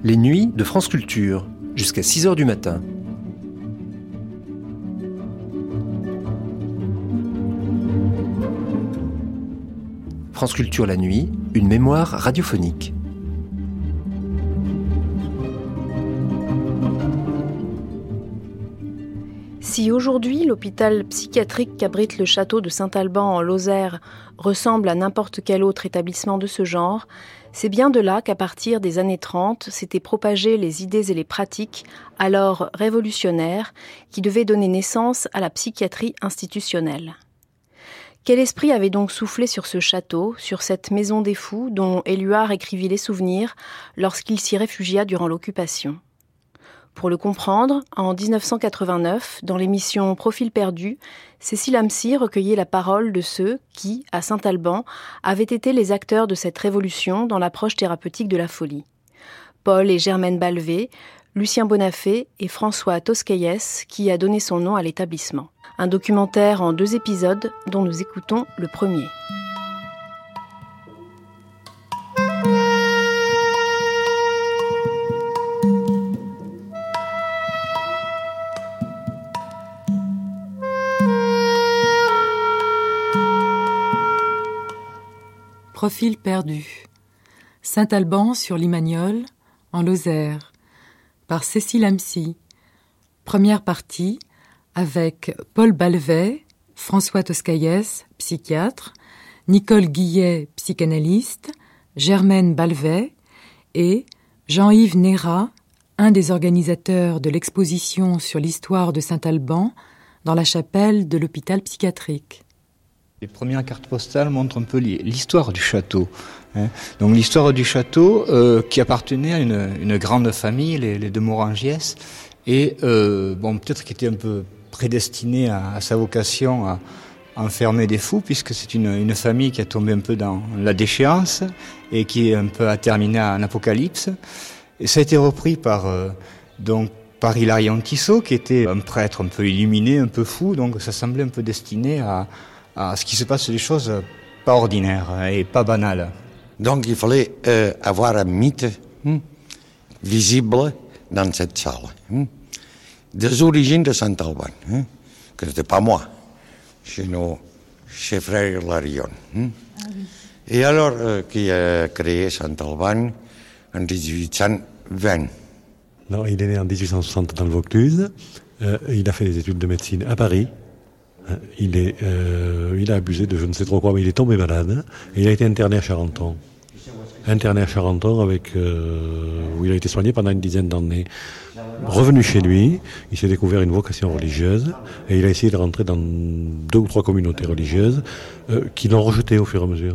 Les nuits de France Culture, jusqu'à 6h du matin. France Culture la nuit, une mémoire radiophonique. Si aujourd'hui l'hôpital psychiatrique qu'abrite le château de Saint-Alban en Lozère ressemble à n'importe quel autre établissement de ce genre, c'est bien de là qu'à partir des années 30 s'étaient propagées les idées et les pratiques, alors révolutionnaires, qui devaient donner naissance à la psychiatrie institutionnelle. Quel esprit avait donc soufflé sur ce château, sur cette maison des fous dont Éluard écrivit les souvenirs lorsqu'il s'y réfugia durant l'occupation ? Pour le comprendre, en 1989, dans l'émission Profil perdu, Cécile Amsy recueillait la parole de ceux qui, à Saint-Alban, avaient été les acteurs de cette révolution dans l'approche thérapeutique de la folie. Paul et Germaine Balvé, Lucien Bonafé et François Toscaïès, qui a donné son nom à l'établissement. Un documentaire en 2 épisodes dont nous écoutons le premier. Profil perdu. Saint-Alban sur Limagnole, en Lozère, par Cécile Amsy. Première partie, avec Paul Balvé, François Toscaïès, psychiatre, Nicole Guillet, psychanalyste, Germaine Balvé et Jean-Yves Nérat, un des organisateurs de l'exposition sur l'histoire de Saint-Alban dans la chapelle de l'hôpital psychiatrique. Les premières cartes postales montrent un peu l'histoire du château. Donc l'histoire du château qui appartenait à une grande famille, les de Morangiès, et peut-être qui était un peu prédestiné à sa vocation à enfermer des fous, puisque c'est une famille qui a tombé un peu dans la déchéance et qui est un peu a terminé en apocalypse. Et ça a été repris par Hilarion Tissot, qui était un prêtre un peu illuminé, un peu fou, donc ça semblait un peu destiné à ce qui se passe des choses pas ordinaires et pas banales. Donc il fallait avoir un mythe visible dans cette salle. Des origines de Saint-Alban, que n'était pas moi, chez frère Hilarion. Et alors, qui a créé Saint-Alban en 1820. Non, il est né en 1860 dans le Vaucluse. Il a fait des études de médecine à Paris. Il a abusé de je ne sais trop quoi, mais il est tombé malade. Et il a été interné à Charenton. Où il a été soigné pendant une dizaine d'années. Revenu chez lui, il s'est découvert une vocation religieuse et il a essayé de rentrer dans 2 ou 3 communautés religieuses qui l'ont rejeté au fur et à mesure.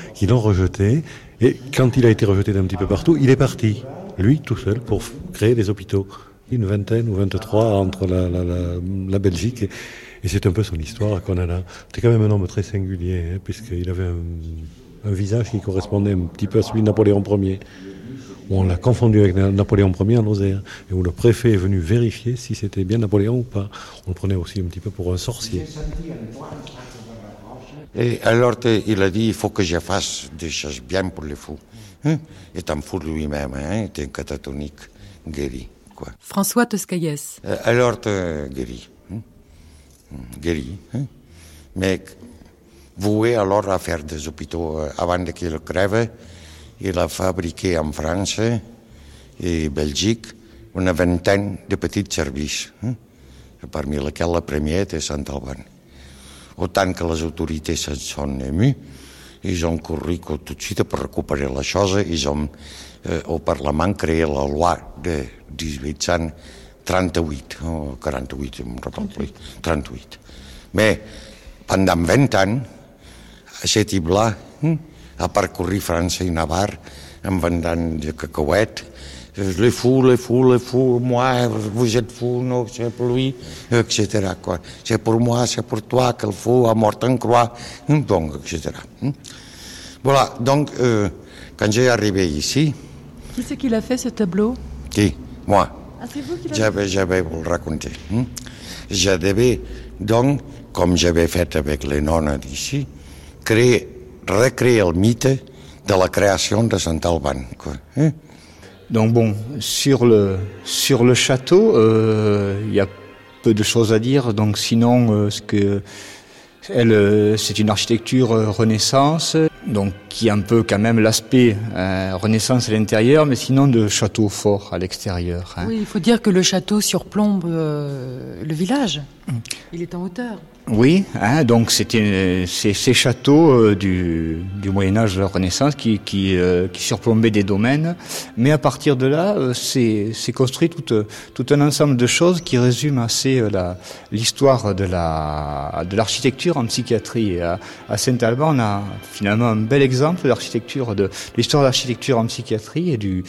Et quand il a été rejeté d'un petit peu partout, il est parti, lui tout seul, pour créer des hôpitaux. Une 20 ou 23 entre la Belgique et c'est un peu son histoire qu'on a là. C'était quand même un homme très singulier, puisqu'il avait un visage qui correspondait un petit peu à celui de Napoléon Ier. On l'a confondu avec Napoléon Ier en Lozère, et où le préfet est venu vérifier si c'était bien Napoléon ou pas. On le prenait aussi un petit peu pour un sorcier. Et alors il a dit, il faut que je fasse des choses bien pour les fous. Étant fou lui-même, était un catatonique guéri. Quoi. François Toscaïès. Alors guéri. Mais voué alors à faire des hôpitaux avant qu'il crève. Il a fabriqué en France et Belgique une vingtaine de petits services, parmi lesquels le premier était Saint-Alban. Autant que les autorités se sont émues, ils ont couru tout de suite pour récupérer la chose. Ils ont au Parlement créé la loi de 1838, 48, je ne me rappelle plus, 38. Mais pendant 20 ans, ce type-là a parcouru France et Navarre en vendant des cacahuètes. Les fous, moi, vous êtes fous, non, c'est pour lui, etc. Quoi. C'est pour moi, c'est pour toi que le fou a mort en croix, donc, etc. Voilà, donc, quand j'ai arrivé ici... Qui c'est qui l'a fait, ce tableau ? Qui ? Moi. Ah, c'est vous qui l'avez fait ? J'avais vous le raconter. Je devais, donc, comme j'avais fait avec les nonnes d'ici, recréer le mythe de la création de Saint-Alban. Quoi. Donc bon, sur le château, il y a peu de choses à dire. Donc sinon, c'est une architecture Renaissance, donc qui a un peu quand même l'aspect Renaissance à l'intérieur, mais sinon de château fort à l'extérieur. Oui, il faut dire que le château surplombe le village. Il est en hauteur. Oui, donc c'était ces châteaux du Moyen-Âge de la Renaissance qui surplombaient des domaines, mais à partir de là, c'est construit tout un ensemble de choses qui résument assez l'histoire de l'architecture en psychiatrie. Et à Saint-Alban, on a finalement un bel exemple de l'histoire de l'architecture en psychiatrie et du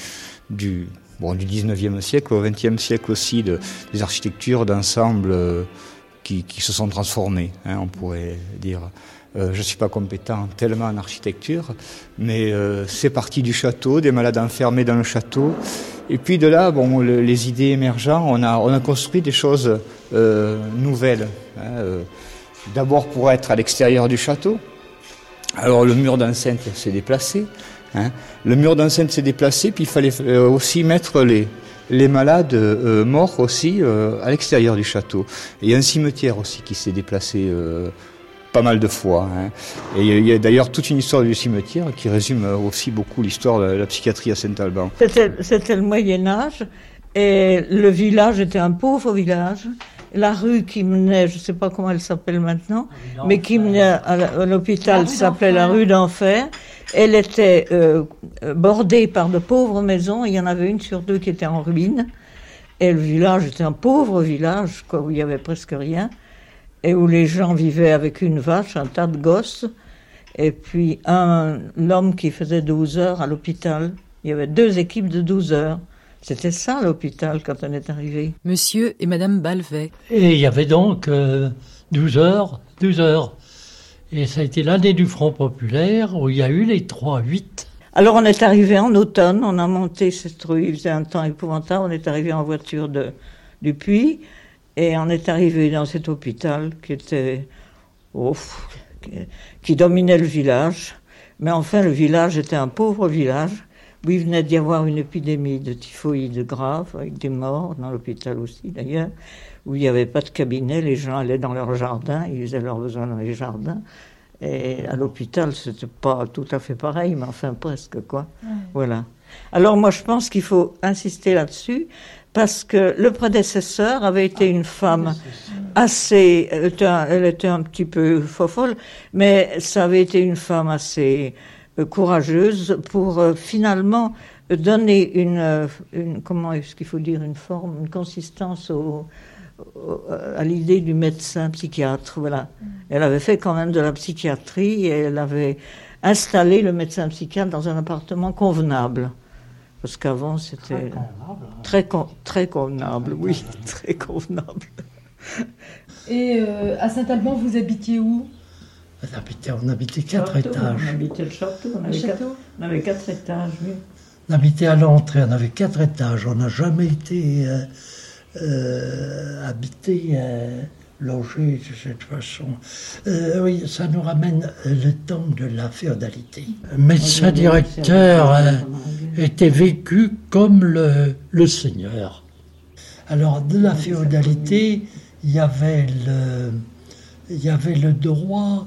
19e siècle au 20e siècle aussi, des architectures d'ensemble qui se sont transformées, on pourrait dire. Je ne suis pas compétent tellement en architecture, mais c'est parti du château, des malades enfermés dans le château. Et puis de là, les idées émergentes, on a construit des choses nouvelles. D'abord pour être à l'extérieur du château. Alors le mur d'enceinte s'est déplacé. Le mur d'enceinte s'est déplacé, puis il fallait aussi mettre les malades morts aussi à l'extérieur du château. Et il y a un cimetière aussi qui s'est déplacé pas mal de fois. Et il y a d'ailleurs toute une histoire du cimetière qui résume aussi beaucoup l'histoire de la psychiatrie à Saint-Alban. C'était le Moyen-Âge et le village était un pauvre village. La rue qui menait, je ne sais pas comment elle s'appelle maintenant, mais qui menait à l'hôpital s'appelait la rue d'Enfer. Elle était bordée par de pauvres maisons. Il y en avait une sur deux qui était en ruine. Et le village était un pauvre village, où il n'y avait presque rien. Et où les gens vivaient avec une vache, un tas de gosses. Et puis l'homme qui faisait 12 heures à l'hôpital. Il y avait 2 équipes de 12 heures. C'était ça l'hôpital quand on est arrivé. Monsieur et Madame Balvet. Et il y avait donc 12 heures. Et ça a été l'année du Front Populaire où il y a eu les 3-8. Alors on est arrivé en automne, on a monté cette rue, il faisait un temps épouvantable, on est arrivé en voiture du Puy et on est arrivé dans cet hôpital qui dominait le village. Mais enfin le village était un pauvre village où il venait d'y avoir une épidémie de typhoïde grave avec des morts, dans l'hôpital aussi d'ailleurs, où il n'y avait pas de cabinet, les gens allaient dans leur jardin, ils faisaient leurs besoins dans les jardins. Et à l'hôpital, c'était pas tout à fait pareil, mais enfin presque, quoi. Ouais. Voilà. Alors moi, je pense qu'il faut insister là-dessus, parce que le prédécesseur avait été une femme assez... Elle était un petit peu fofolle, mais ça avait été une femme assez courageuse pour finalement donner une comment est-ce qu'il faut dire, une forme, une consistance à l'idée du médecin psychiatre, voilà. Elle avait fait quand même de la psychiatrie et elle avait installé le médecin psychiatre dans un appartement convenable. Parce qu'avant, c'était très convenable, oui, très convenable. Et à Saint-Alban, vous habitiez où ? On habitait 4 étages. On habitait le château, on avait 4 étages, oui. On habitait à l'entrée, on avait 4 étages. On n'a jamais été habité, logé de cette façon. Oui, ça nous ramène le temps de la féodalité. Le médecin directeur était vécu comme le seigneur. Alors, de la féodalité, il y avait le droit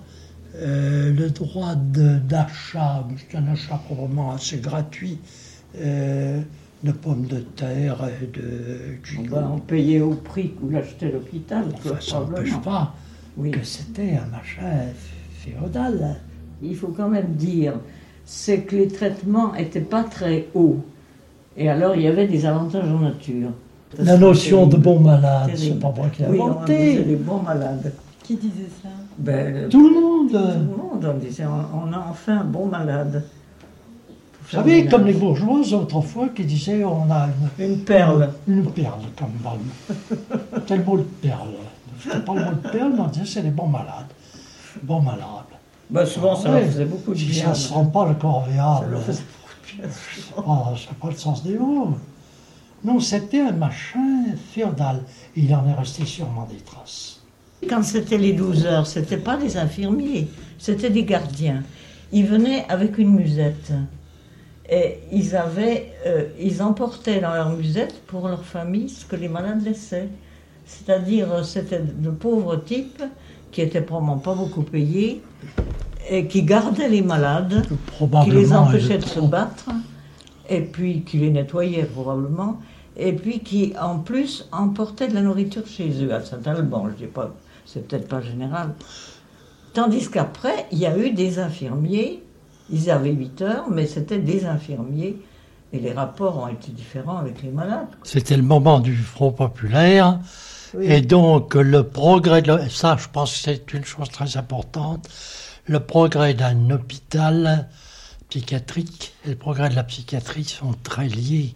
d'achat, c'est un achat probablement assez gratuit, de pommes de terre et de gigots. On payait au prix où l'achetait l'hôpital. Enfin, ça n'empêche pas que c'était un machin féodal. Il faut quand même dire, c'est que les traitements n'étaient pas très hauts. Et alors, il y avait des avantages en nature. La notion de bon malade, c'est pas moi qui l'ai inventé. Oui, on disait les bons malades. Qui disait ça ? Tout le monde. Tout le monde, on disait, on a enfin un bon malade. Vous savez, comme les bourgeoises autrefois qui disaient on a une perle. Une perle, comme balle. Quel mot de perle. C'était pas le mot de perle, mais on disait c'est les bons malades. Bons malades. Bah souvent, ça leur faisait beaucoup de bien. Si ça ne sent pas le corvéable, c'est pas le sens des mots. Non, c'était un machin féodal. Il en est resté sûrement des traces. Quand c'était les 12 heures, c'était pas des infirmiers, c'était des gardiens. Ils venaient avec une musette. Et ils emportaient dans leur musette pour leur famille ce que les malades laissaient. C'est-à-dire, c'était de pauvres types qui étaient probablement pas beaucoup payés et qui gardaient les malades, qui les empêchaient de se battre, et puis qui les nettoyaient probablement, et puis qui, en plus, emportaient de la nourriture chez eux, à Saint-Alban. Je dis pas, c'est peut-être pas général. Tandis qu'après, il y a eu des infirmiers. Ils avaient 8 heures, mais c'était des infirmiers. Et les rapports ont été différents avec les malades. C'était le moment du Front populaire. Oui. Et donc, le progrès, ça, je pense que c'est une chose très importante, le progrès d'un hôpital psychiatrique et le progrès de la psychiatrie sont très liés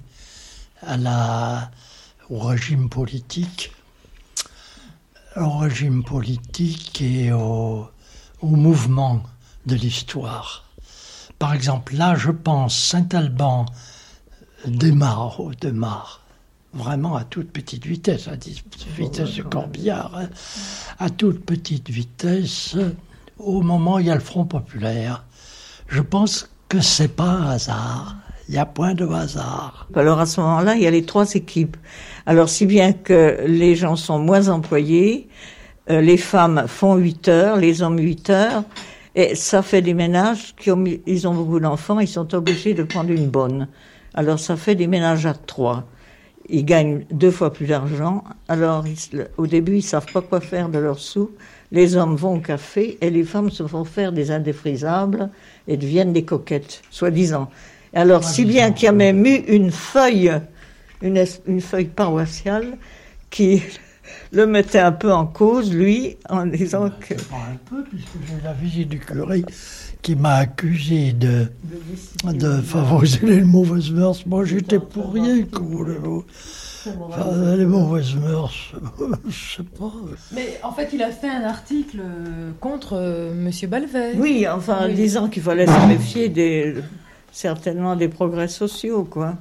au régime politique. Au régime politique et au mouvement de l'histoire. Par exemple, là, je pense, Saint-Alban démarre, vraiment à toute petite vitesse, à vitesse de corbillard, hein, à toute petite vitesse, au moment où il y a le Front populaire. Je pense que c'est pas un hasard. Il n'y a point de hasard. Alors à ce moment-là, il y a les 3 équipes. Alors si bien que les gens sont moins employés, les femmes font 8 heures, les hommes 8 heures, et ça fait des ménages ils ont beaucoup d'enfants, ils sont obligés de prendre une bonne. Alors ça fait des ménages à 3. Ils gagnent 2 fois plus d'argent. Alors au début, ils savent pas quoi faire de leurs sous. Les hommes vont au café et les femmes se font faire des indéfrisables et deviennent des coquettes, soi-disant. Alors si bien qu'il y a même eu une feuille paroissiale qui le mettait un peu en cause, lui, en disant que... Un peu, puisque j'ai la visite du curé qui m'a accusé de favoriser les mauvaises mœurs. Moi, j'étais pour rien, les mauvaises mœurs, je sais pas. Mais en fait, il a fait un article contre Monsieur Balvet. Oui, enfin, oui. Disant qu'il fallait se méfier certainement des progrès sociaux, quoi.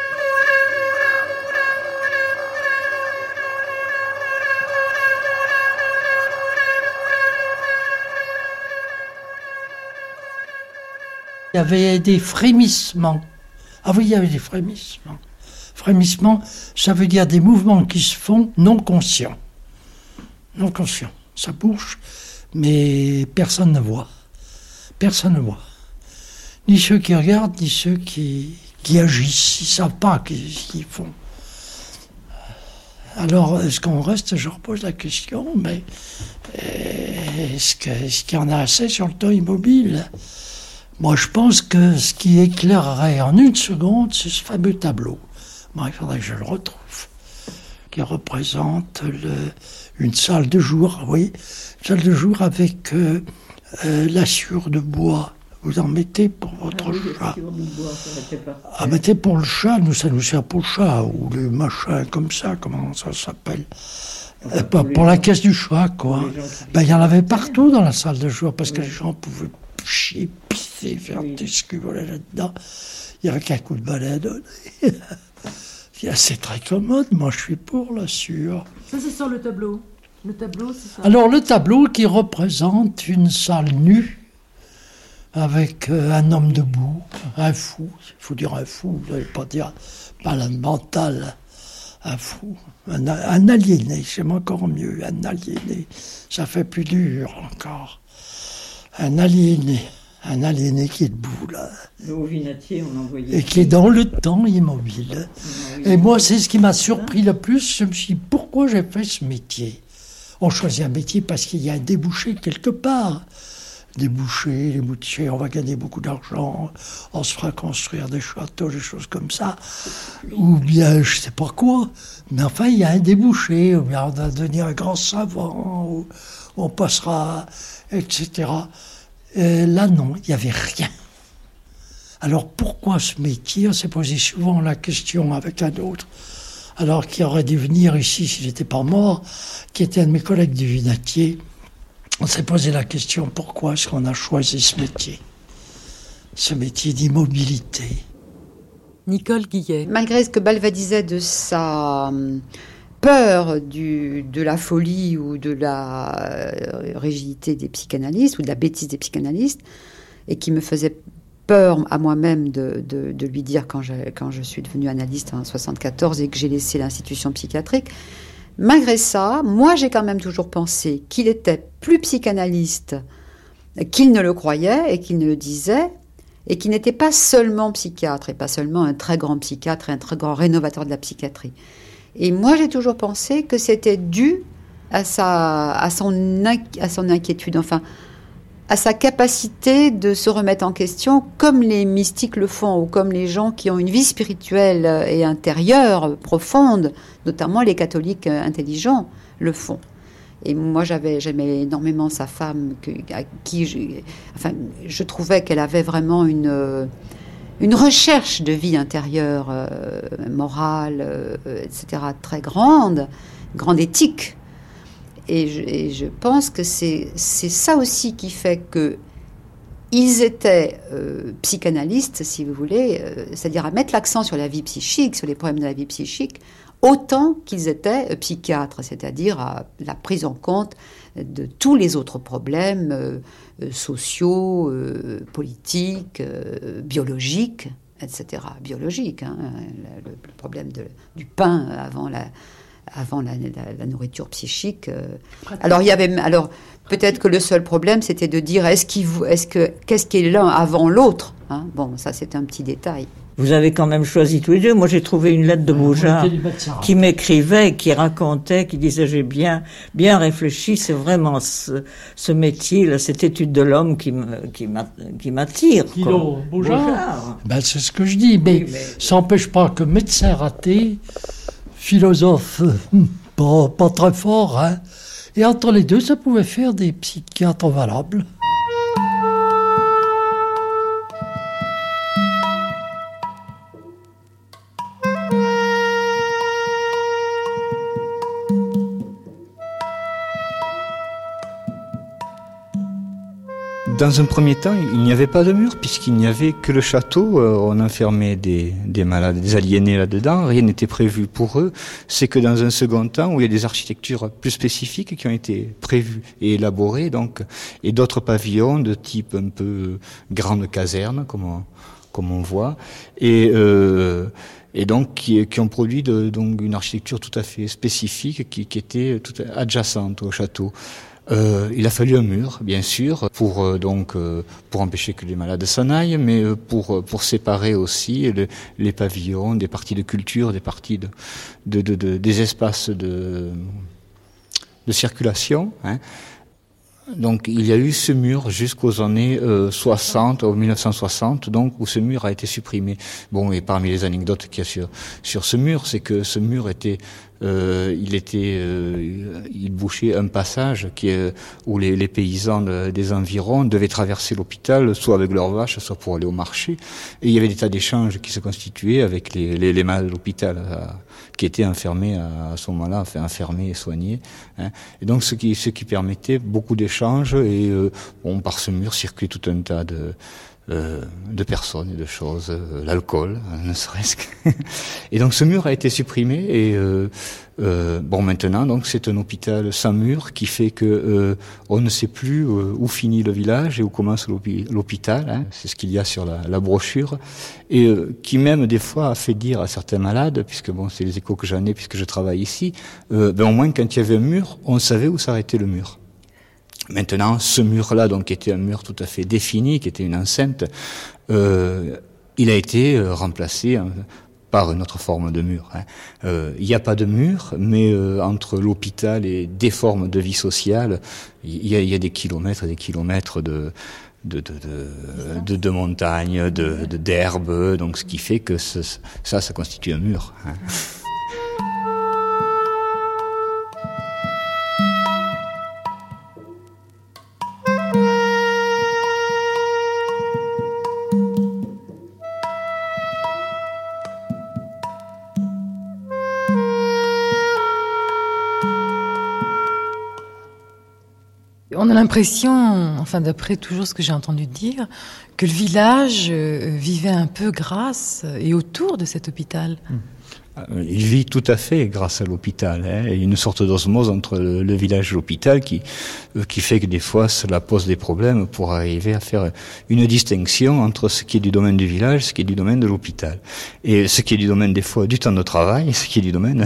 Il y avait des frémissements. Ah oui, il y avait des frémissements. Frémissements, ça veut dire des mouvements qui se font non conscients. Non conscients. Ça bouge, mais personne ne voit. Personne ne voit. Ni ceux qui regardent, ni ceux qui agissent. Ils ne savent pas ce qu'ils font. Alors, est-ce qu'on reste, je repose la question, mais est-ce qu'il y en a assez sur le temps immobile ? Moi, je pense que ce qui éclairerait en une seconde, c'est ce fameux tableau. Moi, il faudrait que je le retrouve, qui représente une salle de jour, oui, une salle de jour avec la sciure de bois. Vous en mettez pour votre chat. Ah, mettez pour le chat, ça nous sert pour le chat, ou le machin comme ça, comment ça s'appelle. Pour la caisse du chat, quoi. Il y en avait partout dans la salle de jour, parce que les gens pouvaient chier, pisser, faire des scuvolets là-dedans. Il n'y avait qu'un coup de balai à donner. C'est très commode, moi je suis pour la sûre. Ça c'est sur le tableau. Le tableau, c'est ça. Alors le tableau qui représente une salle nue, avec un homme debout, un fou, il faut dire un fou, vous n'allez pas dire malade mental, un fou, un aliéné, c'est encore mieux, un aliéné, ça fait plus dur encore. Un aliéné qui est debout là. Le Vinatier, on envoyait. Et qui est dans le temps immobile. Et moi, c'est ce qui m'a surpris le plus. Je me suis dit, pourquoi j'ai fait ce métier ? On choisit un métier parce qu'il y a un débouché quelque part. Les bouchers, on va gagner beaucoup d'argent, on se fera construire des châteaux, des choses comme ça. Ou bien, je sais pas quoi. Mais enfin, il y a un débouché. Ou bien, on va devenir un grand savant. Ou on passera, etc. Là, non, il n'y avait rien. Alors, pourquoi ce métier ? On s'est posé souvent la question avec un autre, alors qui aurait dû venir ici s'il n'était pas mort, qui était un de mes collègues du Vinatier. On s'est posé la question, pourquoi est-ce qu'on a choisi ce métier d'immobilité ? Nicole Guillet. Malgré ce que Balvet disait de sa peur de la folie ou de la rigidité des psychanalystes ou de la bêtise des psychanalystes, et qui me faisait peur à moi-même de lui dire quand je suis devenue analyste en 1974 et que j'ai laissé l'institution psychiatrique. Malgré ça, moi j'ai quand même toujours pensé qu'il était plus psychanalyste qu'il ne le croyait et qu'il ne le disait, et qu'il n'était pas seulement psychiatre et pas seulement un très grand psychiatre et un très grand rénovateur de la psychiatrie. Et moi j'ai toujours pensé que c'était dû à son inquiétude, enfin à sa capacité de se remettre en question, comme les mystiques le font, ou comme les gens qui ont une vie spirituelle et intérieure profonde, notamment les catholiques intelligents, le font. Et moi, j'aimais énormément sa femme, à qui je trouvais qu'elle avait vraiment une recherche de vie intérieure, morale, etc., très grande éthique. Et je pense que c'est ça aussi qui fait qu'ils étaient psychanalystes, si vous voulez, c'est-à-dire à mettre l'accent sur la vie psychique, sur les problèmes de la vie psychique, autant qu'ils étaient psychiatres, c'est-à-dire à la prise en compte de tous les autres problèmes sociaux, politiques, biologiques, etc. Biologiques, hein, le problème du pain avant la nourriture psychique. Alors peut-être que le seul problème, c'était de dire qu'est-ce qui est l'un avant l'autre, hein? Bon, ça c'est un petit détail. Vous avez quand même choisi tous les deux. Moi, j'ai trouvé une lettre de Boujard qui m'écrivait, qui racontait, qui disait: j'ai bien réfléchi. C'est vraiment ce métier, là, cette étude de l'homme qui m'attire. Boujard. Ben, c'est ce que je dis, mais ça n'empêche pas que médecin raté, philosophe pas très fort, hein. Et entre les deux, ça pouvait faire des psychiatres valables. Dans un premier temps, il n'y avait pas de mur, puisqu'il n'y avait que le château. On enfermait des malades, des aliénés là-dedans. Rien n'était prévu pour eux. C'est que dans un second temps, où il y a des architectures plus spécifiques qui ont été prévues et élaborées, donc, et d'autres pavillons de type un peu grande caserne, comme on voit, et donc qui ont produit donc une architecture tout à fait spécifique qui était tout adjacente au château. Il a fallu un mur, bien sûr, pour empêcher que les malades s'en aillent, mais pour séparer aussi les pavillons des parties de culture, des parties des espaces de circulation, hein. Donc il y a eu ce mur jusqu'aux années 60, au 1960, donc où ce mur a été supprimé. Bon, et parmi les anecdotes qu'il y a sur ce mur, c'est que ce mur était il bouchait un passage où les paysans des environs devaient traverser l'hôpital, soit avec leurs vaches, soit pour aller au marché. Et il y avait des tas d'échanges qui se constituaient avec les malades de l'hôpital, qui étaient enfermés à ce moment-là, enfin enfermés et soignés, hein. Et donc ce qui permettait beaucoup d'échanges, et par ce mur circulait tout un tas de personnes et de choses, l'alcool, ne serait-ce que. Et donc ce mur a été supprimé, et maintenant donc c'est un hôpital sans mur, qui fait que on ne sait plus où finit le village et où commence l'hôpital, hein. C'est ce qu'il y a sur la brochure, et qui même des fois a fait dire à certains malades, puisque bon, c'est les échos que j'en ai puisque je travaille ici, au moins quand il y avait un mur, on savait où s'arrêtait le mur. Maintenant, ce mur-là, donc, qui était un mur tout à fait défini, qui était une enceinte, il a été remplacé par une autre forme de mur, hein. Il n'y a pas de mur, mais entre l'hôpital et des formes de vie sociale, il y a des kilomètres et des kilomètres de montagnes, d'herbes, donc ce qui fait que ça constitue un mur, hein. On a l'impression, enfin d'après toujours ce que j'ai entendu dire, que le village vivait un peu grâce et autour de cet hôpital. il vit tout à fait grâce à l'hôpital. Il y a une sorte d'osmose entre le village et l'hôpital qui fait que des fois cela pose des problèmes pour arriver à faire une distinction entre ce qui est du domaine du village, ce qui est du domaine de l'hôpital. Et ce qui est du domaine des fois du temps de travail, et ce qui est du domaine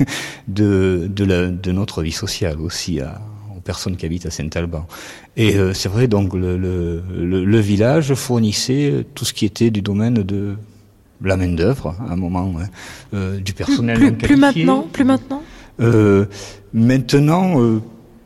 de notre vie sociale aussi aux personnes qui habitent à Saint-Alban. Et c'est vrai, donc le village fournissait tout ce qui était du domaine de la main-d'œuvre, à un moment, du personnel non qualifié. Plus maintenant Maintenant,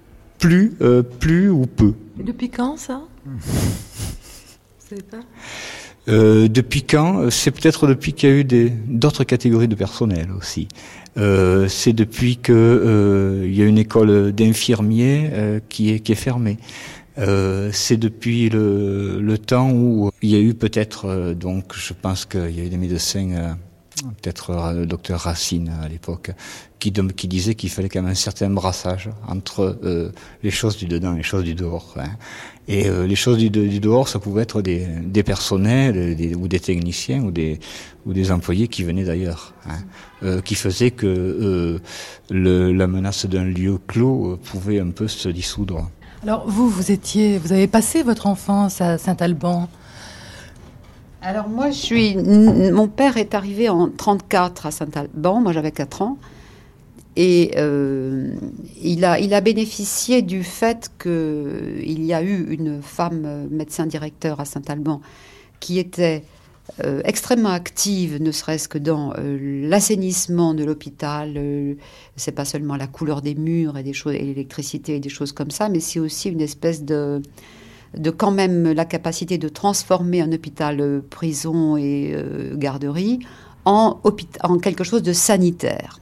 plus ou peu. Et depuis quand, ça? Vous savez pas? Depuis quand? C'est peut-être depuis qu'il y a eu d'autres catégories de personnel aussi. C'est depuis que il y a une école d'infirmiers qui est fermée. C'est depuis le temps où il y a eu peut-être, donc je pense qu'il y a eu des médecins, peut-être le docteur Racine à l'époque, qui disait qu'il fallait quand même un certain brassage entre les choses du dedans et les choses du dehors. Et les choses du dehors, ça pouvait être des personnels, ou des techniciens, ou des employés qui venaient d'ailleurs, qui faisaient que la menace d'un lieu clos pouvait un peu se dissoudre. Alors vous avez passé votre enfance à Saint-Alban. Alors moi, mon père est arrivé en 1934 à Saint-Alban, moi j'avais 4 ans, et il a bénéficié du fait qu'il y a eu une femme médecin-directeur à Saint-Alban qui était extrêmement active, ne serait-ce que dans l'assainissement de l'hôpital. C'est pas seulement la couleur des murs et des choses, et l'électricité et des choses comme ça, mais c'est aussi une espèce de quand même la capacité de transformer un hôpital prison et garderie en quelque chose de sanitaire.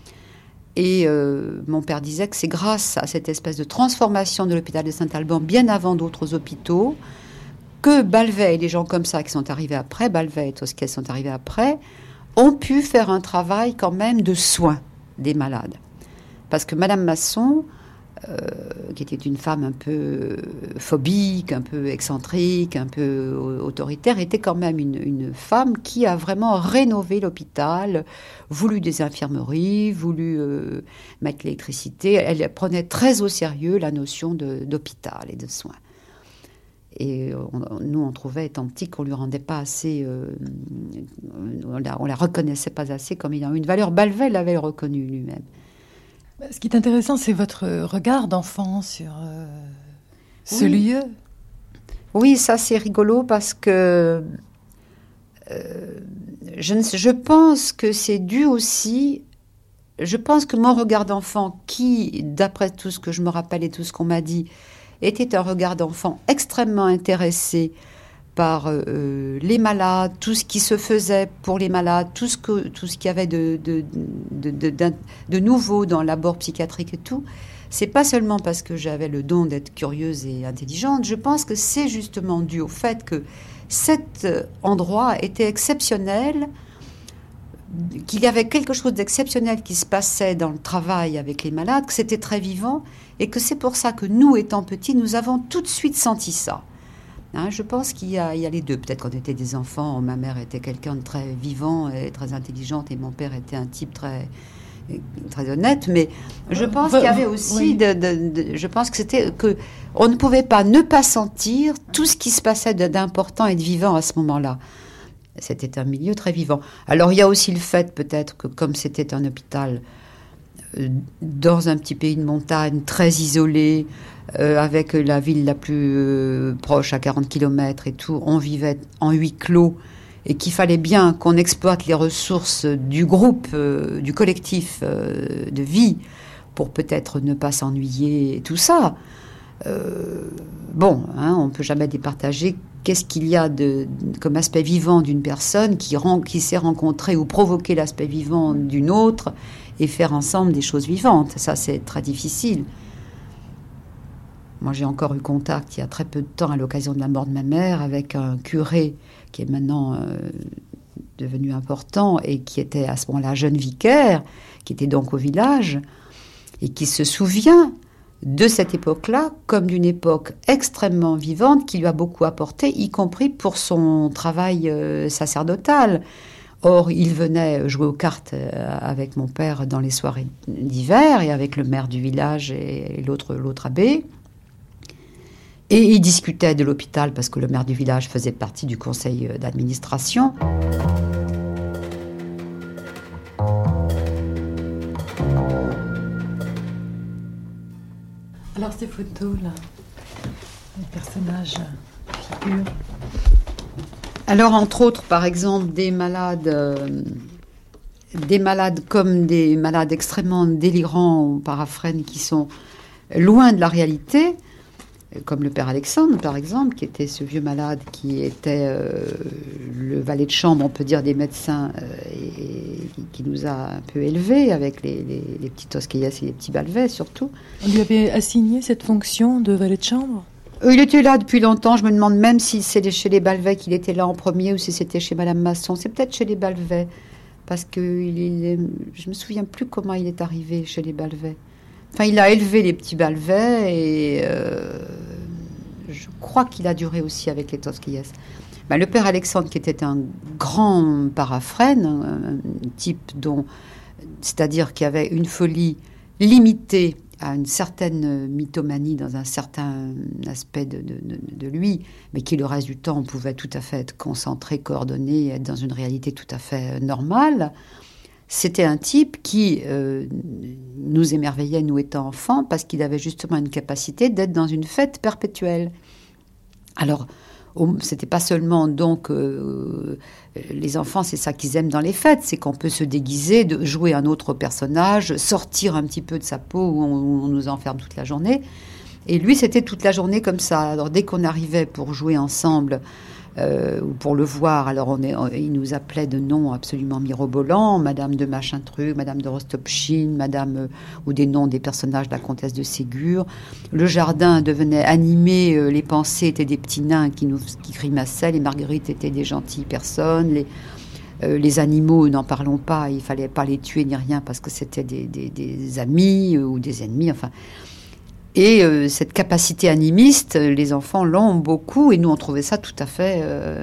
Et mon père disait que c'est grâce à cette espèce de transformation de l'hôpital de Saint-Alban, bien avant d'autres hôpitaux, que Balvet et les gens comme ça qui sont arrivés après, Balvet et Tosquet sont arrivés après, ont pu faire un travail quand même de soins des malades. Parce que Madame Masson, qui était une femme un peu phobique, un peu excentrique, un peu autoritaire, était quand même une femme qui a vraiment rénové l'hôpital, voulu des infirmeries, voulu mettre l'électricité. Elle prenait très au sérieux la notion d'hôpital et de soins. Et nous, on trouvait, étant petit, qu'on lui rendait pas assez... on la reconnaissait pas assez comme ayant une valeur. Balvet l'avait reconnu lui-même. Ce qui est intéressant, c'est votre regard d'enfant sur ce lieu. Oui, ça c'est rigolo parce que je pense que c'est dû aussi... Je pense que mon regard d'enfant, qui, d'après tout ce que je me rappelle et tout ce qu'on m'a dit, était un regard d'enfant extrêmement intéressé par les malades, tout ce qui se faisait pour les malades, tout ce qu'il y avait de nouveau dans l'abord psychiatrique et tout. C'est pas seulement parce que j'avais le don d'être curieuse et intelligente, je pense que c'est justement dû au fait que cet endroit était exceptionnel, qu'il y avait quelque chose d'exceptionnel qui se passait dans le travail avec les malades, que c'était très vivant, et que c'est pour ça que nous, étant petits, nous avons tout de suite senti ça. Je pense qu'il y a les deux. Peut-être qu'on était des enfants, ma mère était quelqu'un de très vivant et très intelligente, et mon père était un type très, très honnête, mais je pense qu'il y avait aussi, je pense que c'était que on ne pouvait pas ne pas sentir tout ce qui se passait d'important et de vivant à ce moment-là. C'était un milieu très vivant. Alors il y a aussi le fait peut-être que comme c'était un hôpital dans un petit pays de montagne très isolé, avec la ville la plus proche à 40 km et tout, on vivait en huis clos et qu'il fallait bien qu'on exploite les ressources du groupe, du collectif de vie pour peut-être ne pas s'ennuyer et tout ça. On peut jamais départager qu'est-ce qu'il y a comme aspect vivant d'une personne qui s'est rencontrée ou provoqué l'aspect vivant d'une autre et faire ensemble des choses vivantes. Ça, c'est très difficile. Moi, j'ai encore eu contact il y a très peu de temps, à l'occasion de la mort de ma mère, avec un curé qui est maintenant devenu important et qui était à ce moment-là jeune vicaire, qui était donc au village, et qui se souvient de cette époque-là comme d'une époque extrêmement vivante qui lui a beaucoup apporté, y compris pour son travail sacerdotal. Or, il venait jouer aux cartes avec mon père dans les soirées d'hiver et avec le maire du village et l'autre abbé. Et il discutait de l'hôpital parce que le maire du village faisait partie du conseil d'administration. Alors ces photos-là, les personnages figurent. Alors entre autres, par exemple, des malades comme des malades extrêmement délirants ou paraphrènes qui sont loin de la réalité, comme le père Alexandre, par exemple, qui était ce vieux malade qui était le valet de chambre, on peut dire, des médecins et qui nous a un peu élevés avec les petits Tosquillas et les petits Balvets, surtout. On lui avait assigné cette fonction de valet de chambre ? Il était là depuis longtemps. Je me demande même si c'est chez les Balvets qu'il était là en premier ou si c'était chez Madame Masson. C'est peut-être chez les Balvets, parce que je me souviens plus comment il est arrivé chez les Balvets. Enfin, il a élevé les petits Balvets et je crois qu'il a duré aussi avec les Tosquillas. Le père Alexandre, qui était un grand paraphrène, un type c'est-à-dire qui avait une folie limitée à une certaine mythomanie dans un certain aspect de lui, mais qui le reste du temps pouvait tout à fait être concentré, coordonné, être dans une réalité tout à fait normale. C'était un type qui nous émerveillait, nous étant enfants, parce qu'il avait justement une capacité d'être dans une fête perpétuelle. Alors, c'était pas seulement donc les enfants, c'est ça qu'ils aiment dans les fêtes, c'est qu'on peut se déguiser, de jouer un autre personnage, sortir un petit peu de sa peau où on nous enferme toute la journée. Et lui, c'était toute la journée comme ça. Alors dès qu'on arrivait pour jouer ensemble ou pour le voir, alors il nous appelait de noms absolument mirobolants, Madame de machin truc, Madame de Rostopchine, Madame ou des noms des personnages de la comtesse de Ségur. Le jardin devenait animé, les pensées étaient des petits nains qui grimaçaient, les marguerites étaient des gentilles personnes, les animaux, n'en parlons pas, il fallait pas les tuer ni rien parce que c'était des amis ou des ennemis, enfin. Et cette capacité animiste, les enfants l'ont beaucoup, et nous on trouvait ça tout à fait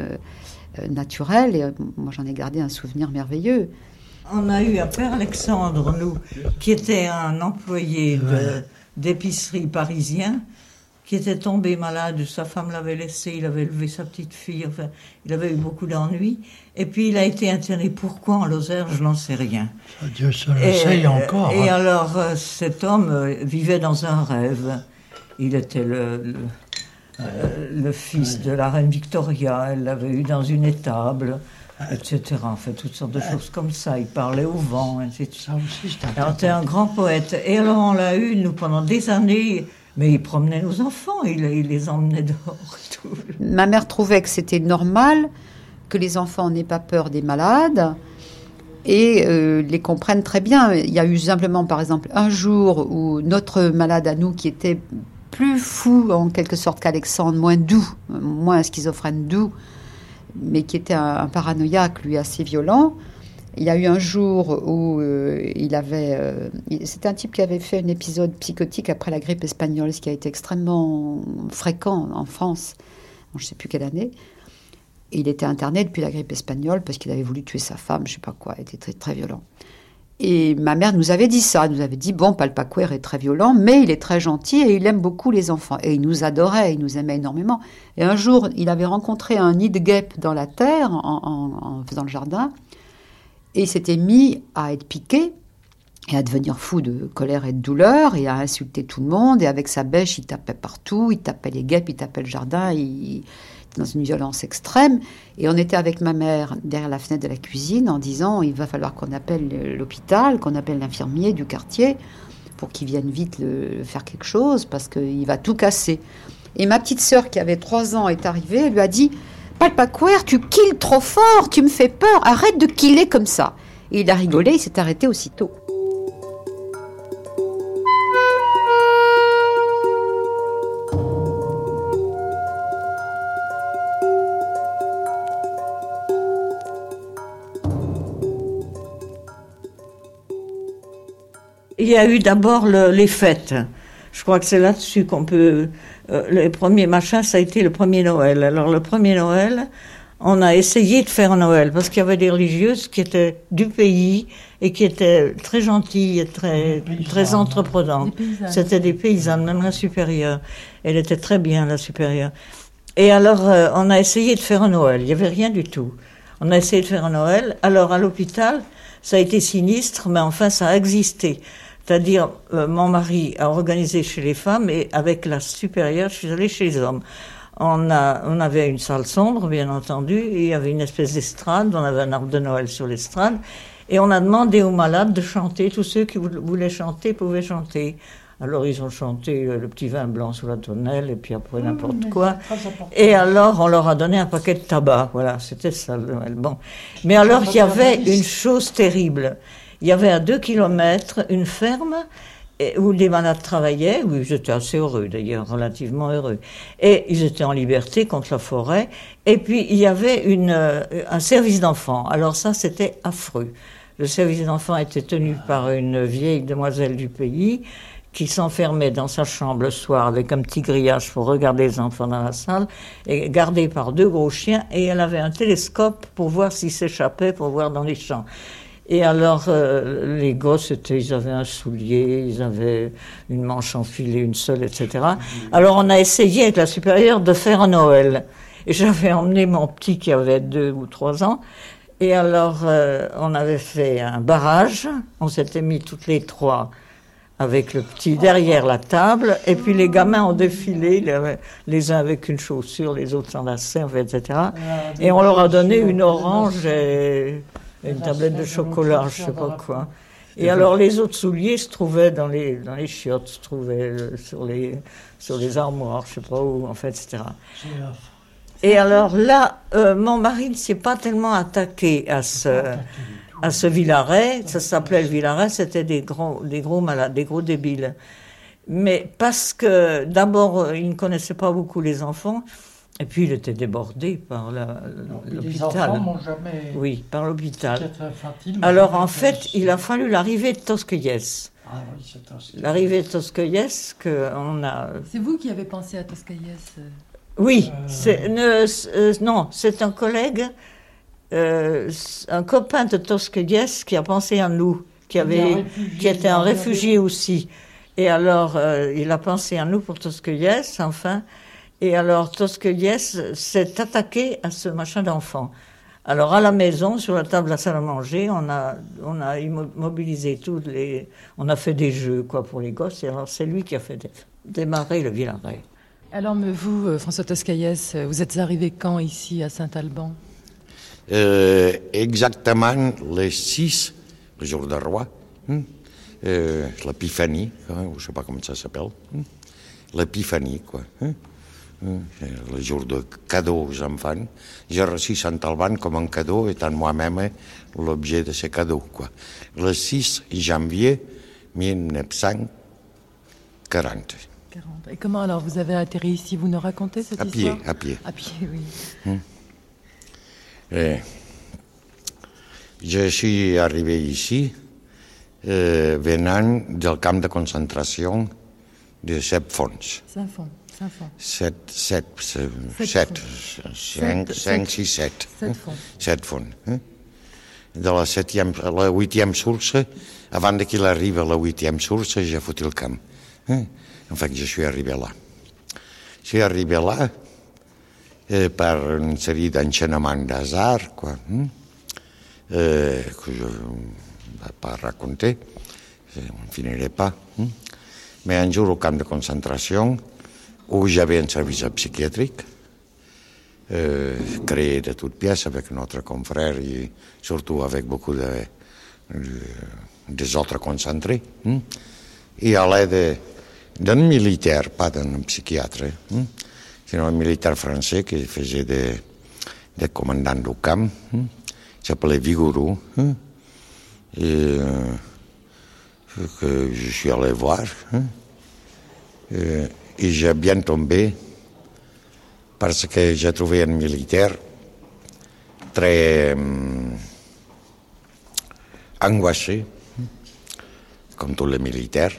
naturel. Et moi j'en ai gardé un souvenir merveilleux. On a eu un père Alexandre, nous, qui était un employé d'épicerie parisien, qui était tombé malade, sa femme l'avait laissé, il avait élevé sa petite fille, enfin, il avait eu beaucoup d'ennuis, et puis il a été interné. Pourquoi en Lozère, je n'en sais rien. Dieu seul le sait encore. Et alors, cet homme vivait dans un rêve. Il était le fils de la reine Victoria, elle l'avait eu dans une étable, etc. Enfin, toutes sortes de choses comme ça. Il parlait au vent, etc. Ça aussi, c'était un grand poète. Et alors, on l'a eu, nous, pendant des années. Mais il promenait nos enfants, il les emmenait dehors et tout. Ma mère trouvait que c'était normal que les enfants n'aient pas peur des malades et les comprennent très bien. Il y a eu simplement, par exemple, un jour où notre malade à nous, qui était plus fou en quelque sorte qu'Alexandre, moins doux, moins schizophrène doux, mais qui était un paranoïaque, lui, assez violent. Il y a eu un jour où c'était un type qui avait fait un épisode psychotique après la grippe espagnole, ce qui a été extrêmement fréquent en France, je ne sais plus quelle année. Et il était interné depuis la grippe espagnole parce qu'il avait voulu tuer sa femme, je ne sais pas quoi, il était très, très violent. Et ma mère nous avait dit ça, nous avait dit, bon, Palpaquer est très violent, mais il est très gentil et il aime beaucoup les enfants. Et il nous adorait, il nous aimait énormément. Et un jour, il avait rencontré un nid de guêpes dans la terre, en faisant le jardin. Et il s'était mis à être piqué et à devenir fou de colère et de douleur et à insulter tout le monde. Et avec sa bêche, il tapait partout, il tapait les guêpes, il tapait le jardin, il était dans une violence extrême. Et on était avec ma mère derrière la fenêtre de la cuisine en disant il va falloir qu'on appelle l'hôpital, qu'on appelle l'infirmier du quartier pour qu'il vienne vite faire quelque chose parce qu'il va tout casser. Et ma petite sœur qui avait 3 ans est arrivée, elle lui a dit Palpaquer, tu killes trop fort, tu me fais peur, arrête de killer comme ça. Et il a rigolé, il s'est arrêté aussitôt. Il y a eu d'abord les fêtes. Je crois que c'est là-dessus qu'on peut... le premier machin, ça a été le premier Noël. Alors le premier Noël, on a essayé de faire Noël, parce qu'il y avait des religieuses qui étaient du pays et qui étaient très gentilles et très entreprenantes. C'était des paysannes, même la supérieure. Elle était très bien, la supérieure. Et alors, on a essayé de faire Noël. Il n'y avait rien du tout. On a essayé de faire Noël. Alors, à l'hôpital, ça a été sinistre, mais enfin, ça a existé. C'est-à-dire, mon mari a organisé chez les femmes et avec la supérieure, je suis allée chez les hommes. On avait une salle sombre, bien entendu, et il y avait une espèce d'estrade, on avait un arbre de Noël sur l'estrade, et on a demandé aux malades de chanter, tous ceux qui voulaient chanter pouvaient chanter. Alors ils ont chanté le petit vin blanc sous la tonnelle, et puis après n'importe quoi. Et alors on leur a donné un paquet de tabac, voilà, c'était ça le Noël. Bon. Mais alors il y avait une chose terrible, il y avait à 2 kilomètres une ferme, où les malades travaillaient, où ils étaient assez heureux d'ailleurs, relativement heureux. Et ils étaient en liberté contre la forêt. Et puis il y avait un service d'enfants. Alors ça, c'était affreux. Le service d'enfants était tenu par une vieille demoiselle du pays qui s'enfermait dans sa chambre le soir avec un petit grillage pour regarder les enfants dans la salle, et gardée par 2 gros chiens. Et elle avait un télescope pour voir s'ils s'échappaient, pour voir dans les champs. Et alors, les gosses, ils avaient un soulier, ils avaient une manche enfilée, une seule, etc. Alors, on a essayé avec la supérieure de faire un Noël. Et j'avais emmené mon petit qui avait 2 ou 3 ans. Et alors, on avait fait un barrage. On s'était mis toutes les 3 avec le petit derrière la table. Et puis, les gamins ont défilé, les uns avec une chaussure, les autres sans lacet, etc. Et on leur a donné une orange et une tablette de chocolat, je ne sais pas quoi. Et alors les autres souliers se trouvaient dans les chiottes, se trouvaient sur les armoires, je ne sais pas où, en fait, etc. Et alors là, mon mari ne s'est pas tellement attaqué à ce Villaret. Ça s'appelait le Villaret, c'était des gros malades, des gros débiles. Mais parce que d'abord, il ne connaissait pas beaucoup les enfants. Et puis, il était débordé par l'hôpital. Les enfants n'ont jamais... Oui, par l'hôpital. Alors, en fait, il a fallu l'arrivée de Tosquelles. Ah oui, c'est Tosquelles. L'arrivée de Tosquelles qu'on a... C'est vous qui avez pensé à Tosquelles Oui, non, c'est un collègue, un copain de Tosquelles qui a pensé à nous, qui était un réfugié aussi. Et alors, il a pensé à nous pour Tosquelles, enfin... Et alors, Tosquelles s'est attaqué à ce machin d'enfant. Alors, à la maison, sur la table de la salle à manger, on a mobilisé on a fait des jeux, quoi, pour les gosses. Et alors, c'est lui qui a fait démarrer le Villaret. Alors, vous, François Tosquelles, vous êtes arrivé quand ici, à Saint-Alban? Exactement le 6, le jour de roi, l'épiphanie, je ne sais pas comment ça s'appelle, l'épiphanie, quoi. Le jour de cadeau aux enfants. J'ai reçu Saint-Alban comme un cadeau, étant moi-même l'objet de ce cadeau, quoi. Le 6 janvier 1940. Et comment alors vous avez atterri ici? Vous nous racontez cette histoire? À pied. À pied, oui. Je suis arrivé ici venant du camp de concentration de Sepfons. Sept fonds. De la 8e source, avant qu'il arrive à la 8e source, j'ai foutu le camp. En fait, je suis arrivé là. Je suis arrivé là par une série d'enchaînements d'hasard, quoi, que je ne vais pas raconter, on ne finirait pas. Mais un jour au camp de concentration, où j'avais un service psychiatrique, créé de toutes pièces avec notre confrère et surtout avec beaucoup des autres concentrés. Et à l'aide d'un militaire, pas d'un psychiatre, sinon un militaire français qui faisait des commandants du camp, qui s'appelait Vigouroux, et que je suis allé voir. Et j'ai bien tombé parce que j'ai trouvé un militaire très angoissé, comme tous les militaires,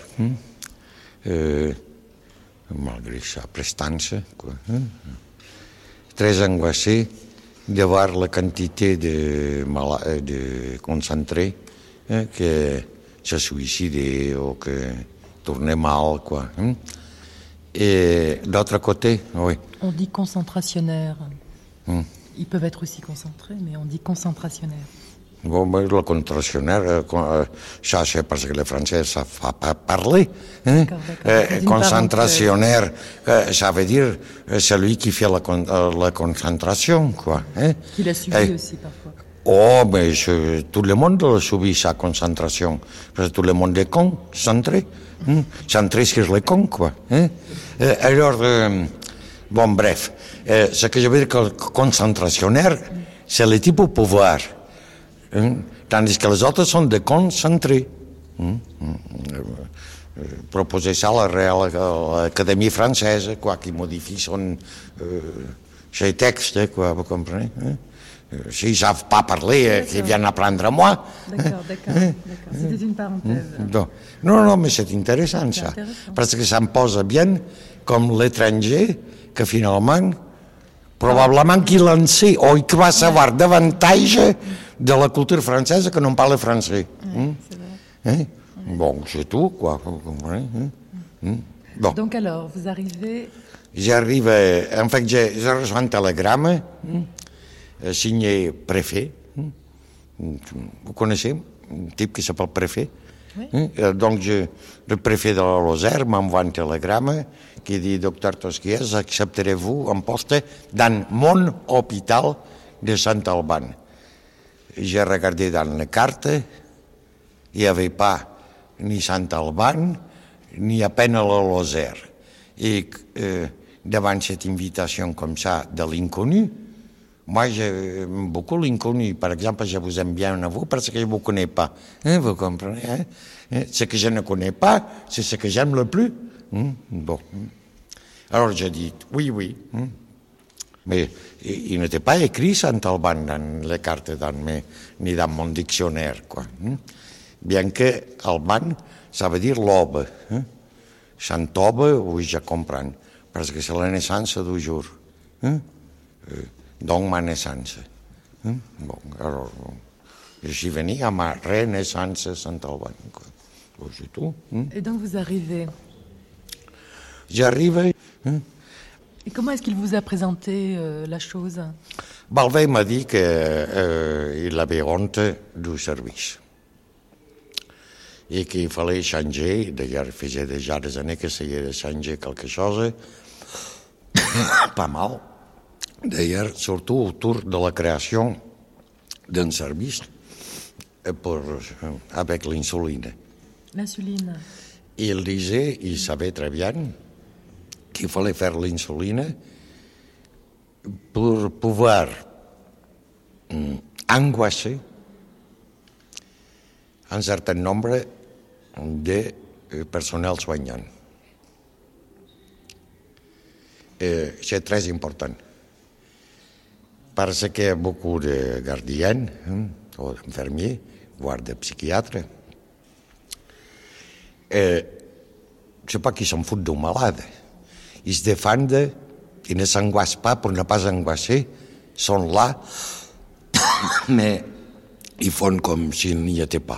malgré sa prestance, quoi, très angoissé de voir la quantité de concentrés que se suicidaient ou que tournaient mal, quoi. Et d'autre côté, oui. On dit concentrationnaire. Ils peuvent être aussi concentrés, mais on dit concentrationnaire. Bon, mais le concentrationnaire, ça c'est parce que les Français ne savent pas parler. Concentrationnaire, ça veut dire celui qui fait la concentration, quoi. Qui l'a subi aussi parfois. Oh, mais tout le monde subit sa concentration. Parce que tout le monde est concentré. Centré sur les cons, quoi. Alors, bon, bref. Ce que je veux dire que le concentrationnaire, c'est le type au pouvoir. Tandis que les autres sont déconcentrés. Proposer ça à l'Académie française, quoi, qui modifie ses textes, quoi, vous comprenez? S'ils ne savent pas parler, qu'ils viennent apprendre à moi. D'accord. C'était une parenthèse. Non, mais c'est intéressant, ça. Parce que ça me pose bien comme l'étranger que finalement, probablement qu'il en sait, ou qu'il va savoir davantage de la culture française que non parle français. C'est vrai. Bon, c'est tout, quoi. Vous comprenez? Bon. Donc alors, vous arrivez... J'arrive, en fait, j'ai reçu un télégramme signé préfet. Vous connaissez un type qui s'appelle préfet? Oui. Donc, le préfet de la Lozère m'envoie un télégramme qui dit: Docteur Tosquies, accepterez-vous un poste dans mon hôpital de Saint-Alban? J'ai regardé dans la carte, il n'y avait pas ni Saint-Alban, ni à peine la Lozère. Et devant cette invitation comme ça de l'inconnu, moi j'aime beaucoup l'inconnu. Par exemple, je vous aime bien à vous parce que je ne vous connais pas. Vous comprenez? Ce que je ne connais pas, c'est ce que j'aime le plus. Bon. Alors j'ai dit oui. Mais il n'était pas écrit Saint-Alban dans les cartes ni dans mon dictionnaire, quoi. Bien que Alban, ça veut dire l'aube. Saint-Aube, oui, je comprends. Parce que c'est la naissance du jour. Donc ma naissance. Bon, alors, je suis venu à ma renaissance Saint-Alban. C'est tout. Et donc vous arrivez. J'arrive. Et comment est-ce qu'il vous a présenté la chose? Balvet m'a dit qu'il avait honte du service. Et qu'il fallait changer. D'ailleurs, il faisait déjà des années qu'il essayait de changer quelque chose. Pas mal. D'ailleurs, surtout autour de la création d'un service avec l'insuline. L'insuline. Il disait, il savait très bien qu'il fallait faire l'insuline pour pouvoir angoisser un certain nombre de personnel soignant. C'est très important. Parce qu'il y a beaucoup de gardiens, ou d'infirmiers, voire de psychiatres. Je ne sais pas qu'ils s'en foutent d'un malade. Ils se défendent, ils ne s'angoissent pas pour ne pas angoisser, sont là, mais ils font comme s'ils n'y étaient pas.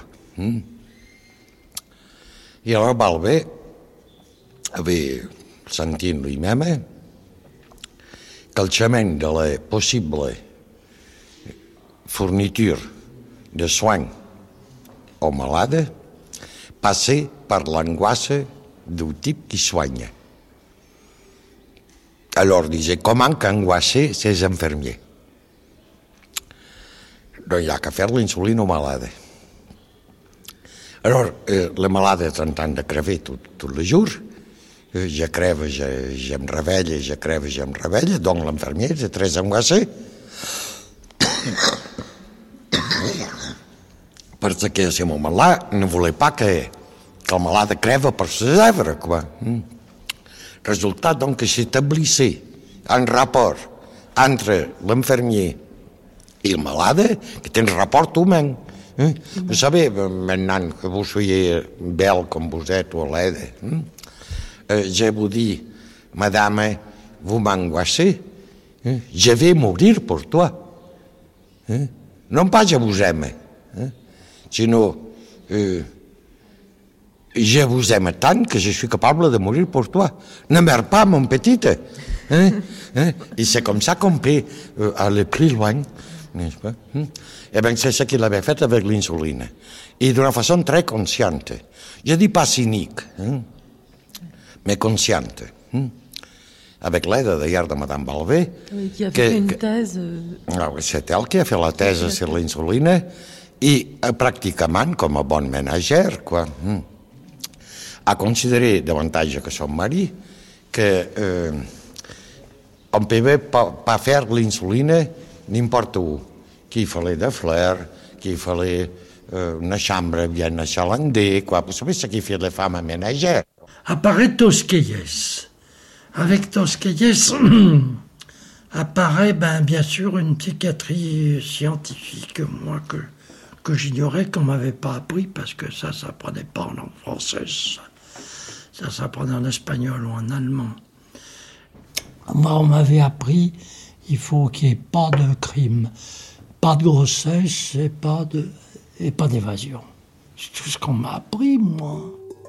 Et alors Balvet avait senti lui-même que le chemin de la possible fourniture de soins aux malades passait par l'angoisse du type qui soigne. Alors il disait comment angoisser ces infirmiers. Donc il n'y a qu'à faire l'insuline aux malades. Alors les malades sont en train de crever tous les jours. Je crève, je me réveille, je crève, je me réveille. Donc l'infirmier est très angoissé. Parce que à ce moment-là, il ne voulait pas que le malade crève par ses œuvres, quoi. Résultat, donc, s'établissait un rapport entre l'infirmier et le malade, qui est un rapport humain. Vous savez, maintenant que vous soyez belle comme vous êtes, ou laide, je vous dis, madame, vous m'angoissez, je vais mourir pour toi. Non pas je vous aime, sinon je vous aime tant que je suis capable de mourir pour toi. Ne meurs pas, mon petit. Et c'est comme ça qu'on peut aller plus loin, n'est-ce pas? Eh bien, c'est ce qu'il avait fait avec l'insuline. Et d'une façon très consciente. Je ne dis pas cynique, mais consciente. Avec l'aide d'ailleurs de Mme Balvé. Oui, qui a fait une thèse. C'est elle qui a fait la thèse sur l'insuline. Et pratiquement, comme bonne ménagère, quoi, a considéré davantage que son mari que on ne pouvait pas faire l'insuline n'importe où. Qu'il fallait des fleurs, qu'il fallait une chambre bien achalandée, quoi. Vous savez ce qu'il fait les femmes ménagères. Apparaît Tosquelles. Avec Tosquelles apparaît bien sûr une psychiatrie scientifique, moi que j'ignorais, qu'on m'avait pas appris, parce que ça s'apprenait pas en langue française. Ça s'apprenait en espagnol ou en allemand. Moi, on m'avait appris, il faut qu'il n'y ait pas de crime, pas de grossesse et pas d'évasion. C'est tout ce qu'on m'a appris, moi.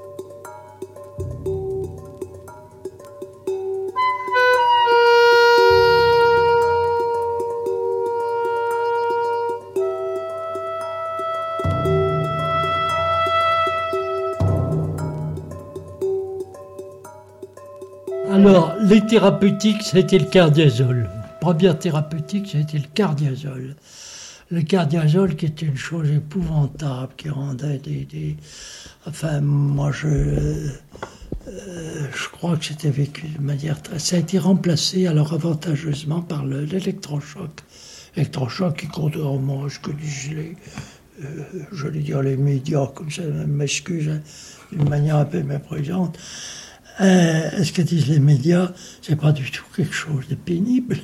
Alors, les thérapeutiques, c'était le cardiazole. Première thérapeutique, c'était le cardiazole. Le cardiazole qui était une chose épouvantable, qui rendait Enfin, moi, je crois que c'était vécu de manière très... Ça a été remplacé, alors avantageusement, par l'électrochoc. L'électrochoc qui compte en moi, ce que disent je vais dire les médias, comme ça, m'excuse, d'une manière un peu méprisante. Ce que disent les médias, c'est pas du tout quelque chose de pénible.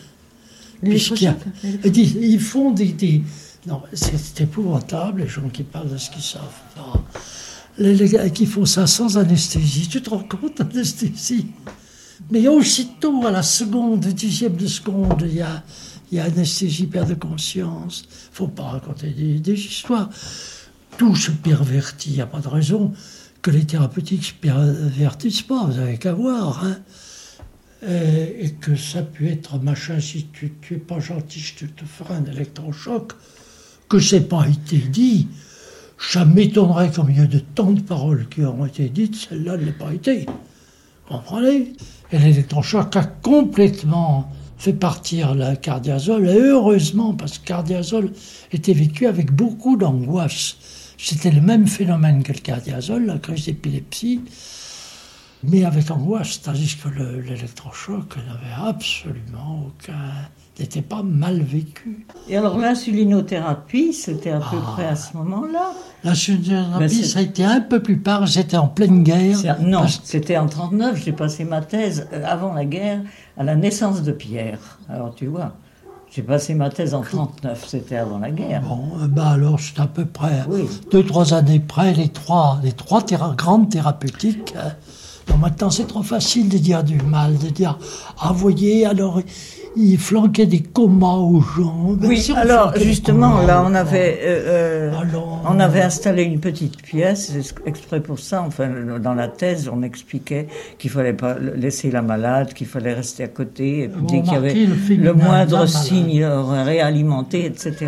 Ils font des... Non, c'est épouvantable, les gens qui parlent de ce qu'ils savent pas. Les gars qui font ça sans anesthésie, tu te rends compte, anesthésie? Mais aussitôt, à la seconde, dixième de seconde, il y a anesthésie, perte de conscience. Faut pas raconter des histoires. Tout se pervertit, il n'y a pas de raison que les thérapeutiques ne se pervertissent pas, vous n'avez qu'à voir. Et que ça peut être machin, si tu n'es pas gentil, je te ferai un électrochoc, que ça n'ait pas été dit. Ça m'étonnerait qu'au milieu de tant de paroles qui ont été dites, celle-là ne l'ait pas été. Vous comprenez? Et l'électrochoc a complètement fait partir le cardiazole, et heureusement, parce que le cardiazole était vécu avec beaucoup d'angoisse. C'était le même phénomène que le cardiazole, la crise d'épilepsie, mais avec angoisse, tandis que l'électrochoc n'avait absolument aucun... n'était pas mal vécu. Et alors l'insulinothérapie, c'était à peu près à ce moment-là? L'insulinothérapie, ça a été un peu plus tard, c'était en pleine guerre. Non, c'était en 1939, j'ai passé ma thèse avant la guerre, à la naissance de Pierre. Alors tu vois... J'ai passé ma thèse en 1939, c'était avant la guerre. Bon, alors c'est à peu près 2-3 années près, les trois grandes thérapeutiques. Donc maintenant c'est trop facile de dire du mal, de dire vous voyez, alors ils flanquaient des comas aux gens. Oui, si alors justement là on avait installé une petite pièce exprès pour ça. Enfin dans la thèse on expliquait qu'il fallait pas laisser la malade, qu'il fallait rester à côté, et puis dès qu'il y avait le moindre signe il aurait réalimenté, etc.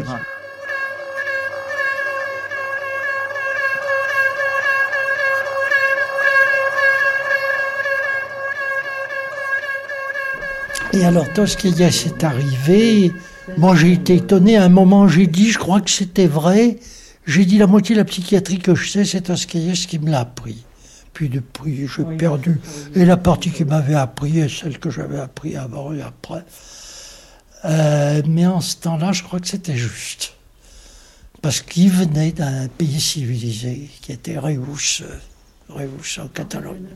Et alors, Tosquelles est arrivé. Moi, j'ai été étonné. À un moment, j'ai dit, je crois que c'était vrai. J'ai dit la moitié de la psychiatrie que je sais, c'est Tosquelles qui me l'a appris. Puis depuis, j'ai perdu. Et la partie qui m'avait appris est celle que j'avais appris avant et après. Mais en ce temps-là, je crois que c'était juste. Parce qu'il venait d'un pays civilisé, qui était Reus en Catalogne.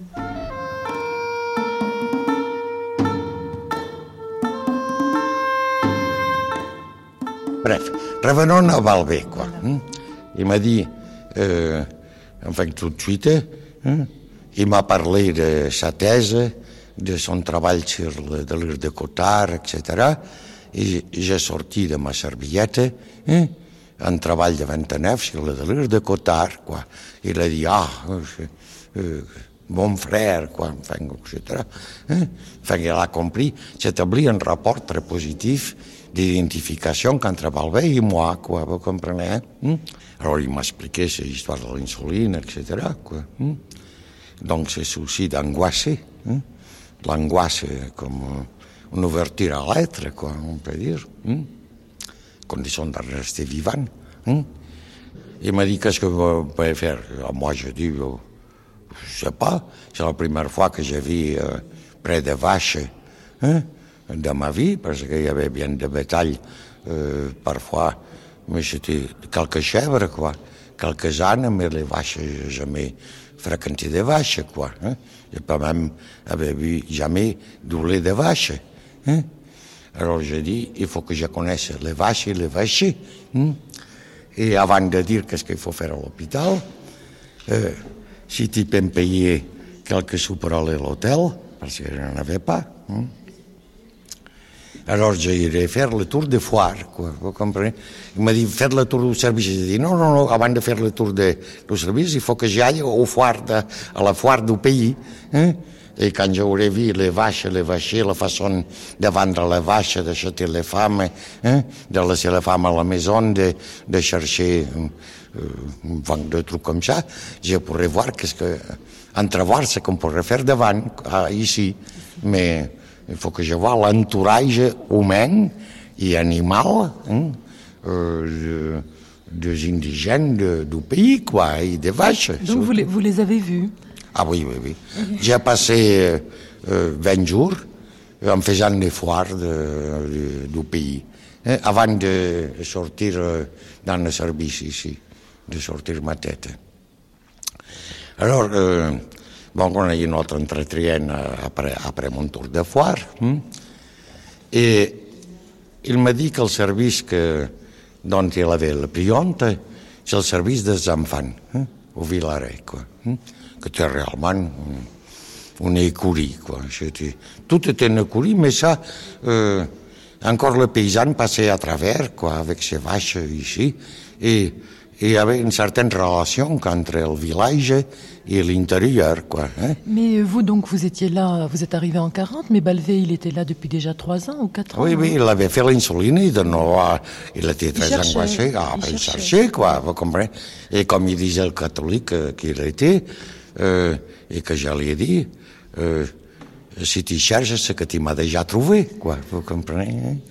Bref, revenons à Balvé, quoi. Il m'a dit, enfin tout de suite, il m'a parlé de sa thèse, de son travail sur le délire de Cotard, etc. i j'ai sorti de ma servilleta un treball de 29 sur le délire de Cotard, quoi. Il a dit, mon frère, quoi, enfin, etc. Enfin, il a compris, s'établit un rapport très positif d'identification entre Balbé et moi, quoi, vous comprenez? Alors, il m'a expliqué ces histoires de l'insuline, etc., quoi. Donc, ce souci d'angoisse, l'angoisse comme une ouverture à l'être, quoi, on peut dire, condition de rester vivant. Il m'a dit, qu'est-ce que vous pouvez faire? Alors, moi, je dis, je sais pas, c'est la première fois que j'ai vu près de vaches dans ma vie, parce qu'il y avait bien de bétail parfois, mais c'était quelques chèvres, quoi, quelques ânes, mais les vaches, j'ai jamais fréquenté des vaches, quoi. J'ai pas même vu jamais du lait de vache. Alors j'ai dit, il faut que je connaisse les vaches et les vaches. Et avant de dire qu'est-ce qu'il faut faire à l'hôpital, si tu peux me payer quelques sous pour aller à l'hôtel, parce que je n'en avais pas. Alors j'irai faire le tour des foires, quoi, vous comprenez? Il m'a dit, faire le tour du service. J'ai dit, non, avant de faire le tour du service, il faut que j'aille à la foire du pays. Et quand j'aurais vu les vaches, les vachiers, la façon de vendre les vaches, d'acheter les femmes, de laisser les femmes à la maison, de chercher vendre des trucs comme ça, je pourrais voir entrevoir ce qu'on pourrait faire devant, ici. Mais il faut que je vois l'entourage humain et animal des indigènes du pays, quoi, et des vaches. Donc vous les avez vus? Ah oui. J'ai passé 20 jours en faisant des foires du pays, avant de sortir dans le service ici, de sortir ma tête. Alors, on a eu notre entretien après mon tour de foire, et il m'a dit que le service dont il avait le plus honte, c'est le service des enfants, au Villaret, quoi. Que c'était réellement une écurie, quoi. Tout était une écurie, mais ça, encore le paysan passait à travers, quoi, avec ses vaches ici, et il y avait une certaine relation entre le village et l'intérieur, quoi. Mais vous, donc, vous étiez là, vous êtes arrivé en 40, mais Balvé, il était là depuis déjà 3 ans ou 4 ans? Oui, il avait fait l'insuline, il était très angoissé, il cherchait, quoi, vous comprenez? Et comme il disait le catholique qu'il était, et que je lui ai dit, si tu cherches ce que tu m'as déjà trouvé, quoi, vous comprenez?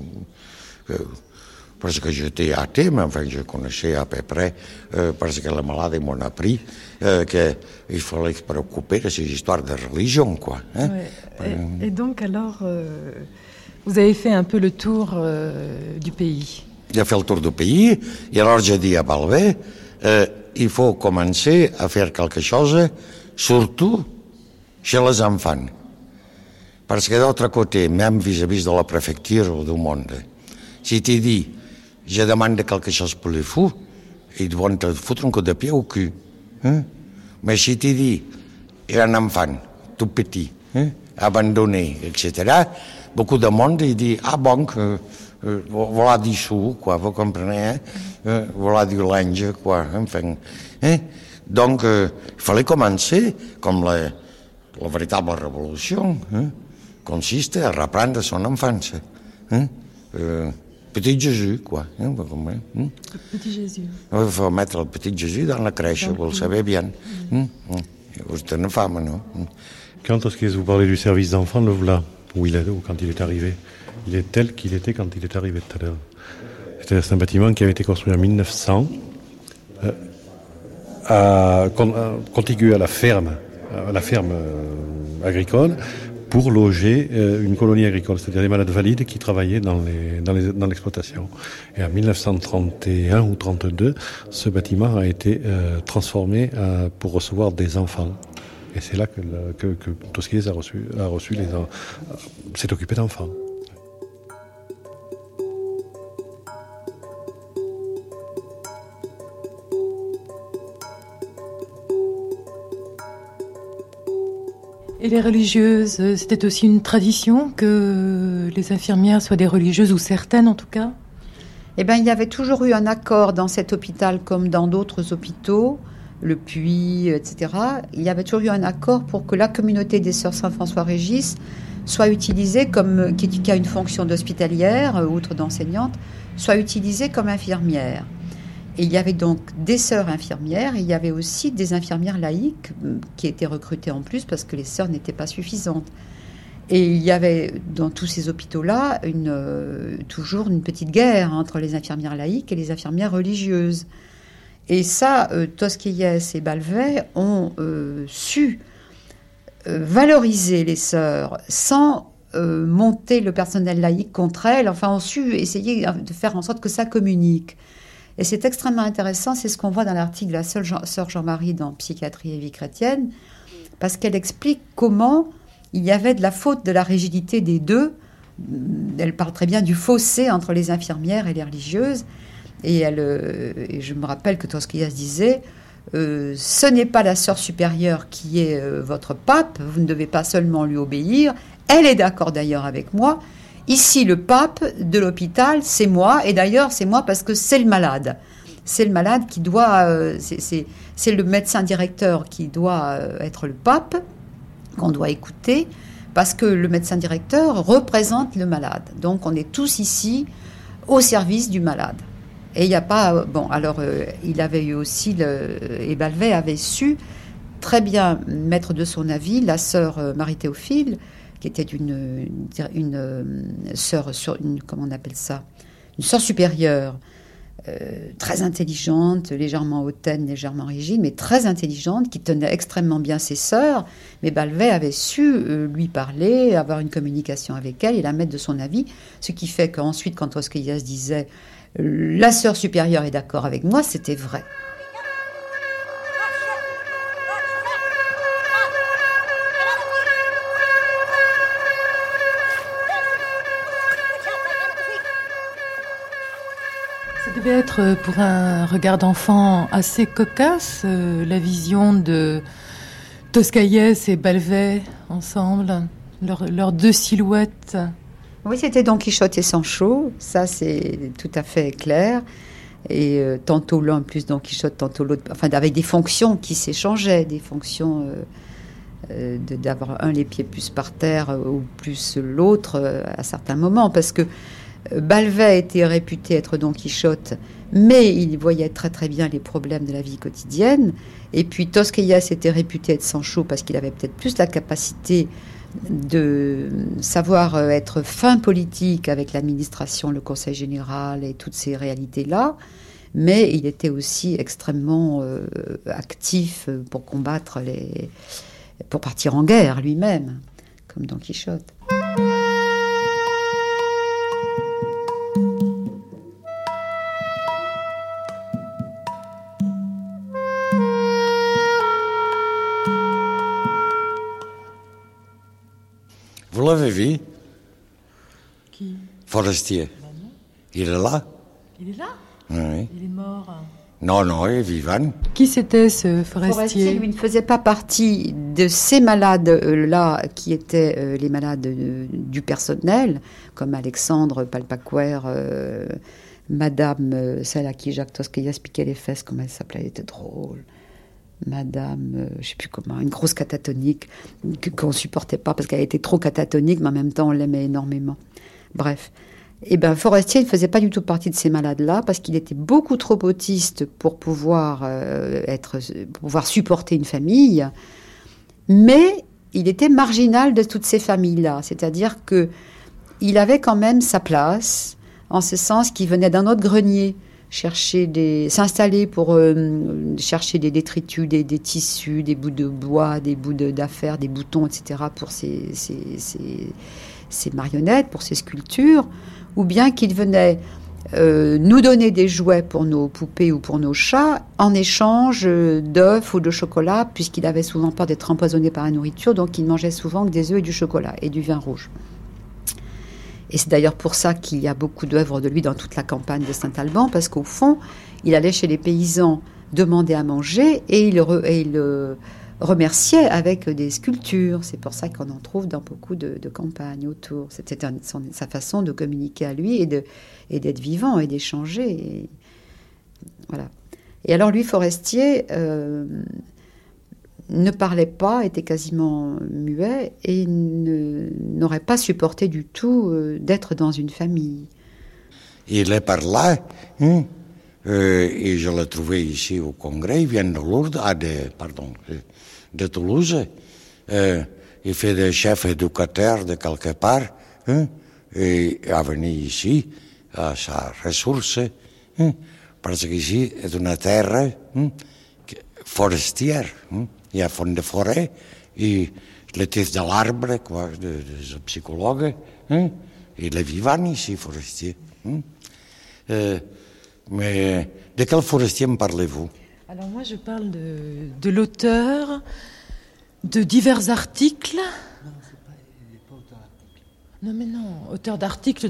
Parce que j'étais athée, mais enfin je connaissais à peu près, parce que la maladie m'en a appris qu'il fallait se préoccuper de ces histoires de religion, quoi. Et donc alors, vous avez fait un peu le tour du pays? J'ai fait le tour du pays, et alors j'ai dit à Balbé, il faut commencer à faire quelque chose, surtout chez les enfants. Parce que d'autre côté, même vis-à-vis de la préfecture ou du monde, si tu dis, je demande quelque chose pour les fous, ils vont te foutre un coup de pied au cul. Mais si tu dis, il y a un enfant, tout petit, abandonné, etc., beaucoup de monde, il dit, voilà des sous, quoi, vous comprenez, voilà du linge, quoi, enfin. Donc, il fallait commencer, comme la véritable révolution, consiste à reprendre son enfance. Petit Jésus, quoi. Petit Jésus. Il faut mettre le petit Jésus dans la crèche, vous le savez bien. Vous êtes une femme, non? Quand est-ce que vous parlez du service d'enfants, le voilà, où quand il est arrivé? Il est tel qu'il était quand il est arrivé tout à l'heure. C'est un bâtiment qui avait été construit en 1900, contigu à la ferme agricole, pour loger une colonie agricole, c'est-à-dire des malades valides qui travaillaient dans l'exploitation. Et en 1931 ou 1932, ce bâtiment a été transformé pour recevoir des enfants. Et c'est là que Tosquier s'est occupé d'enfants. Et les religieuses, c'était aussi une tradition que les infirmières soient des religieuses, ou certaines en tout cas? Eh bien, il y avait toujours eu un accord dans cet hôpital comme dans d'autres hôpitaux, le Puy, etc. Il y avait toujours eu un accord pour que la communauté des Sœurs Saint-François-Régis soit utilisée comme, qui a une fonction d'hospitalière, outre d'enseignante, soit utilisée comme infirmière. Et il y avait donc des sœurs infirmières, et il y avait aussi des infirmières laïques qui étaient recrutées en plus parce que les sœurs n'étaient pas suffisantes. Et il y avait dans tous ces hôpitaux-là toujours une petite guerre entre les infirmières laïques et les infirmières religieuses. Et ça, Tosquiès et Balvet ont su valoriser les sœurs sans monter le personnel laïque contre elles, enfin ont su essayer de faire en sorte que ça communique. Et c'est extrêmement intéressant, c'est ce qu'on voit dans l'article de la sœur Jean-Marie dans Psychiatrie et vie chrétienne, parce qu'elle explique comment il y avait de la faute de la rigidité des deux. Elle parle très bien du fossé entre les infirmières et les religieuses. Et je me rappelle que Tosquias disait ce n'est pas la sœur supérieure qui est votre pape, vous ne devez pas seulement lui obéir. Elle est d'accord d'ailleurs avec moi. Ici, le pape de l'hôpital, c'est moi. Et d'ailleurs, c'est moi parce que c'est le malade. C'est le malade qui doit... c'est le médecin directeur qui doit être le pape, qu'on doit écouter, parce que le médecin directeur représente le malade. Donc, on est tous ici au service du malade. Et il n'y a pas... Bon, alors, il avait eu aussi... et Balvet avait su très bien mettre de son avis la sœur Marie-Théophile, qui était une sœur, comment on appelle ça, une sœur supérieure, très intelligente, légèrement hautaine, légèrement rigide, mais très intelligente, qui tenait extrêmement bien ses sœurs. Mais Balvet avait su lui parler, avoir une communication avec elle et la mettre de son avis, ce qui fait qu'ensuite, quand Tosquias disait « la sœur supérieure est d'accord avec moi », c'était vrai. Ça devait être pour un regard d'enfant assez cocasse, la vision de Toscaïès et Balvet ensemble, leurs deux silhouettes. Oui, c'était Don Quichotte et Sancho, ça c'est tout à fait clair. Et tantôt l'un plus Don Quichotte, tantôt l'autre, enfin avec des fonctions qui s'échangeaient, des fonctions d'avoir un les pieds plus par terre ou plus l'autre à certains moments, parce que Balvet était réputé être Don Quichotte, mais il voyait très très bien les problèmes de la vie quotidienne. Et puis Tosquias était réputé être Sancho parce qu'il avait peut-être plus la capacité de savoir être fin politique avec l'administration, le conseil général et toutes ces réalités-là. Mais il était aussi extrêmement actif pour combattre pour partir en guerre lui-même, comme Don Quichotte. Vous l'avez vu? Qui? Forestier. Il est là? Il est là? Oui. Il est mort. Non, il est vivant. Qui c'était ce Forestier? Forestier, lui, ne faisait pas partie de ces malades-là qui étaient les malades du personnel, comme Alexandre Palpaquer, Madame, celle à qui Jacques Tosquias piquait les fesses, comment elle s'appelait, elle était drôle. Madame, je ne sais plus comment, une grosse catatonique qu'on ne supportait pas parce qu'elle était trop catatonique, mais en même temps on l'aimait énormément. Bref. Et bien Forestier ne faisait pas du tout partie de ces malades-là parce qu'il était beaucoup trop autiste pour pouvoir supporter une famille, mais il était marginal de toutes ces familles-là. C'est-à-dire qu'il avait quand même sa place, en ce sens qu'il venait d'un autre grenier s'installer pour chercher des détritus, des tissus, des bouts de bois, des bouts d'affaires, des boutons, etc. pour ces marionnettes, pour ces sculptures, ou bien qu'il venait nous donner des jouets pour nos poupées ou pour nos chats en échange d'œufs ou de chocolat, puisqu'il avait souvent peur d'être empoisonné par la nourriture, donc il mangeait souvent que des œufs et du chocolat et du vin rouge. Et c'est d'ailleurs pour ça qu'il y a beaucoup d'œuvres de lui dans toute la campagne de Saint-Alban, parce qu'au fond, il allait chez les paysans demander à manger et il remerciait avec des sculptures. C'est pour ça qu'on en trouve dans beaucoup de campagnes autour. C'était sa façon de communiquer à lui et d'être vivant et d'échanger. Et, voilà. Et alors lui, Forestier, ne parlait pas, était quasiment muet et n'aurait pas supporté du tout d'être dans une famille. Il est par là, et je l'ai trouvé ici au Congrès, il vient de Lourdes, de Toulouse. Il fait des chefs éducateurs de quelque part, et est venu ici à sa ressource, parce qu'ici est une terre forestière. Il y a fond de forêt, et le test de l'arbre, quoi, des psychologues, il est vivant ici, Forestier. Mais de quel Forestier me parlez-vous? Alors moi, je parle de l'auteur de divers articles. Non, mais non, auteur d'articles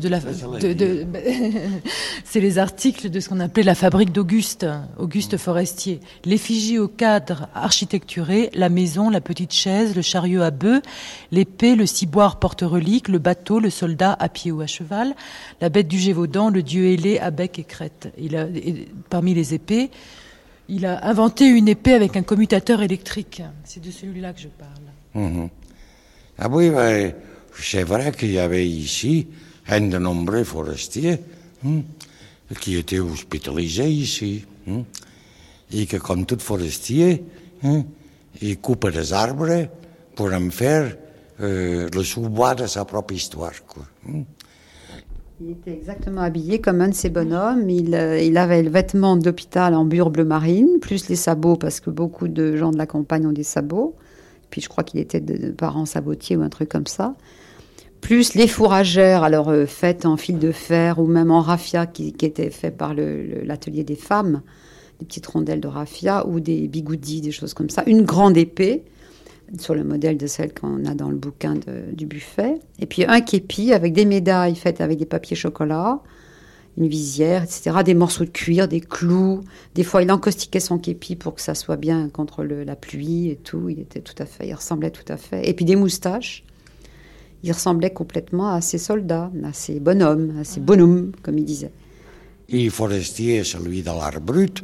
c'est les articles de ce qu'on appelait la fabrique d'Auguste Forestier. L'effigie au cadre architecturé, la maison, la petite chaise, le chariot à bœufs, l'épée, le ciboire porte-relique, le bateau, le soldat à pied ou à cheval, la bête du Gévaudan, le dieu ailé à bec et crête. Parmi les épées, il a inventé une épée avec un commutateur électrique. C'est de celui-là que je parle. Ah oui, mais c'est vrai qu'il y avait ici un de nombreux forestiers qui étaient hospitalisés ici. Et que, comme tout forestier, il coupe des arbres pour en faire le sous-bois de sa propre histoire, quoi. Il était exactement habillé comme un de ces bonhommes. Il avait le vêtement d'hôpital en bure bleu marine, plus les sabots, parce que beaucoup de gens de la campagne ont des sabots. Puis je crois qu'il était de parents sabotiers ou un truc comme ça. Plus les fourragères, alors faites en fil de fer ou même en raffia, qui étaient faits par l'atelier des femmes, des petites rondelles de raffia ou des bigoudis, des choses comme ça. Une grande épée, sur le modèle de celle qu'on a dans le bouquin du buffet. Et puis un képi avec des médailles faites avec des papiers chocolat, une visière, etc. Des morceaux de cuir, des clous. Des fois, il encaustiquait son képi pour que ça soit bien contre la pluie et tout. Il ressemblait tout à fait. Et puis des moustaches. Il ressemblait complètement à ces soldats, à ces bonhommes, comme il disait. Et Forestier, celui de l'art brut,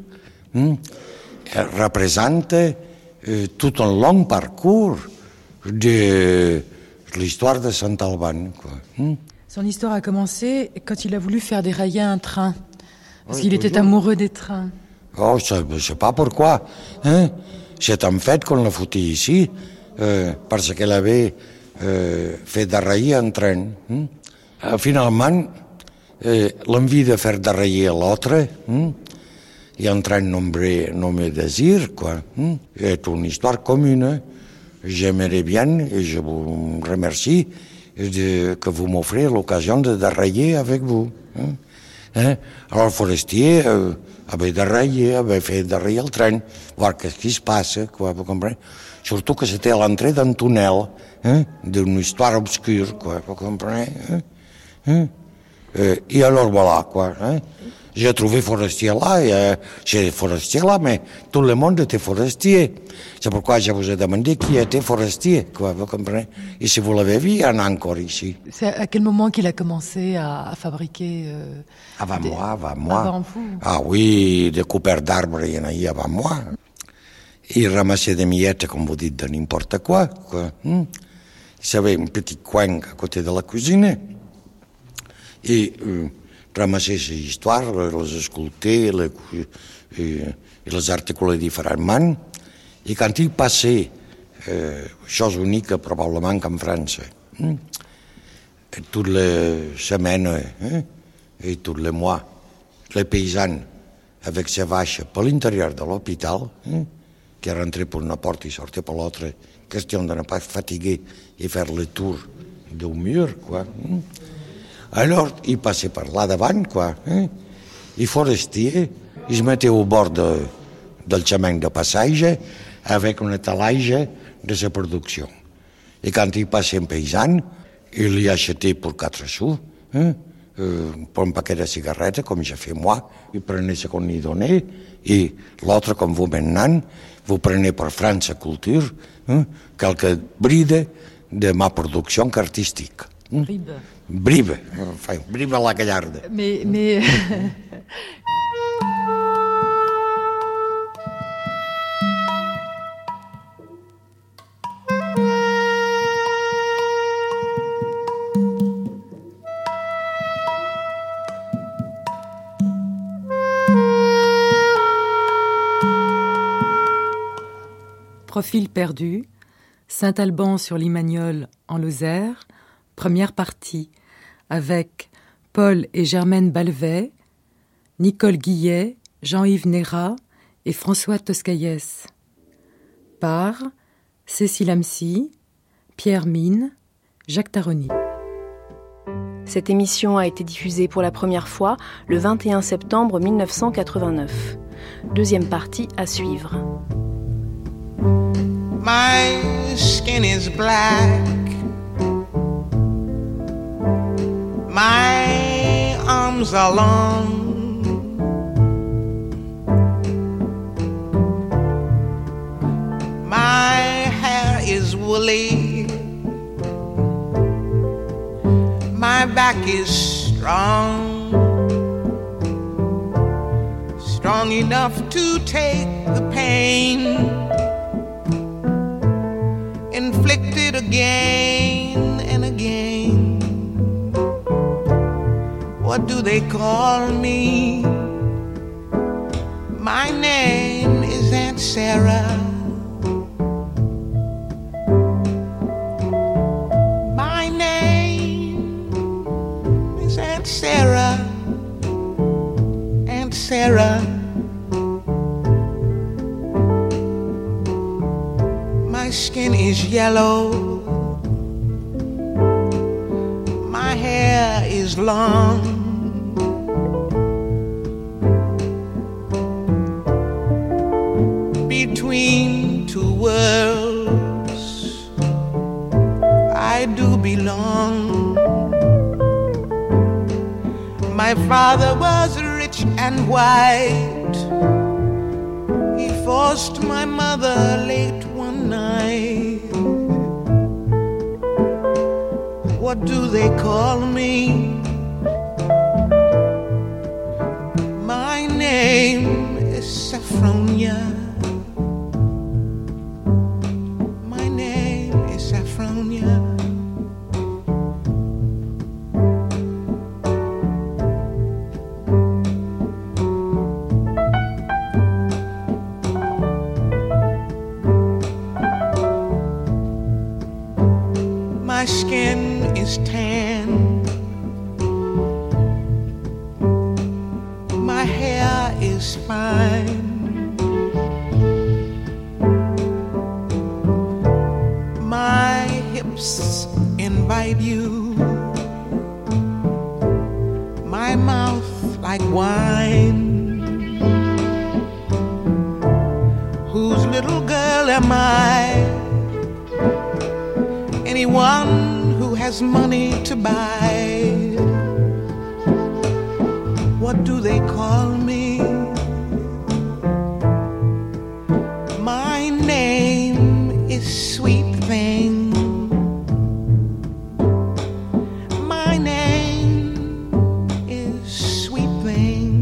représente tout un long parcours de l'histoire de Saint-Alban, quoi. Son histoire a commencé quand il a voulu faire dérailler un train, parce qu'il était amoureux des trains. Oh, je ne sais pas pourquoi. C'est en fait qu'on l'a foutu ici, parce qu'elle avait fait dérailler un train. Finalement, l'envie de faire dérailler l'autre, et un train nommé Désir, quoi, est une histoire commune. J'aimerais bien, et je vous remercie, que vous m'offrez l'occasion de dérailler avec vous. Alors Forestier avait fait dérailler le train, voir qu'est-ce qui se passe, quoi, vous comprenez? Surtout que c'était à l'entrée d'un tunnel, d'une histoire obscure, quoi, vous comprenez? Et alors voilà, quoi. J'ai trouvé Forestier là, j'ai Forestier là, mais tout le monde était Forestier. C'est pourquoi je vous ai demandé qui était Forestier, quoi, vous comprenez? Et si vous l'avez vu, il y en a encore ici. C'est à quel moment qu'il a commencé à fabriquer Avant moi. Avant vous? Ah oui, des coupeurs d'arbres, il y en a eu avant moi. Il ramassait des miettes, comme vous dites, de n'importe quoi. Il avait un petit coin à côté de la cuisine. Et ramassait ces histoires, les sculptait, et les articulait différemment. Et quand il passait, chose unique probablement qu'en France, toutes les semaines et tous les mois, les paysans, avec ses vaches, par l'intérieur de l'hôpital, qui rentraient par une porte et sortaient par l'autre, question de ne pas fatiguer et faire le tour du mur, quoi. Alors, il passait par là devant, quoi. Il Forestier, il se mettait au bord del chemin de passage avec un étalage de sa production. Et quand il passait un paysan, il lui achetait pour 4 sous pour un paquet de cigarettes, comme j'ai fait moi. Vous prenez ce qu'on y donnait, et l'autre, comme vous maintenant, vous prenez pour France Culture quelques brides de ma production artistique. Bribe, enfin, bribe à la Gallarde. Mais... Profil perdu, Saint-Alban-sur-Limagnole en Lozère, première partie, avec Paul et Germaine Balvet, Nicole Guillet, Jean-Yves Nérat et François Toscaïès. Par Cécile Amcy, Pierre Mine, Jacques Taroni. Cette émission a été diffusée pour la première fois le 21 septembre 1989. Deuxième partie à suivre. My skin is black. My arms are long. My hair is woolly. My back is strong. Strong enough to take the pain inflicted again and again. What do they call me? My name is Aunt Sarah. My name is Aunt Sarah. Aunt Sarah. My skin is yellow. My hair is long. Between two worlds I do belong. My father was rich and white. He forced my mother late one night. What do they call me? My name is Saffronia. My name is Saffronia. My skin is tan. My hair is fine. My hips invite you. My mouth like wine. Whose little girl am I? Anyone who has money to buy. What do they call me? My name is Sweet Thing. My name is Sweet Thing.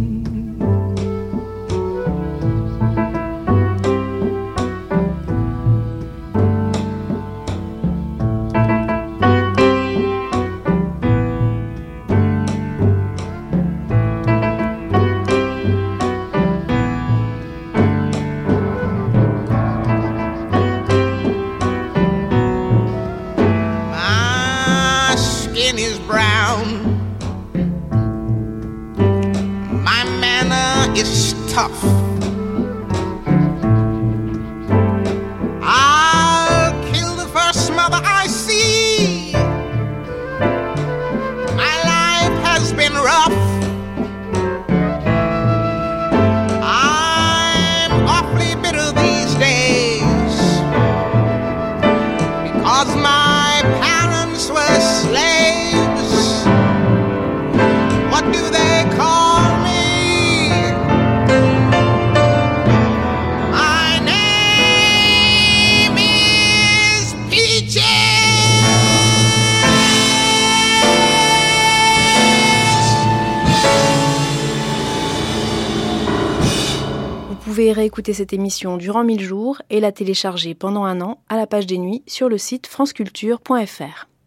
Tough. I'll kill the first mother I see. My life has been rough. I'm awfully bitter these days because my parents were slaves. pouvez réécouter cette émission durant 1000 jours et la télécharger pendant un an à la page des nuits sur le site franceculture.fr.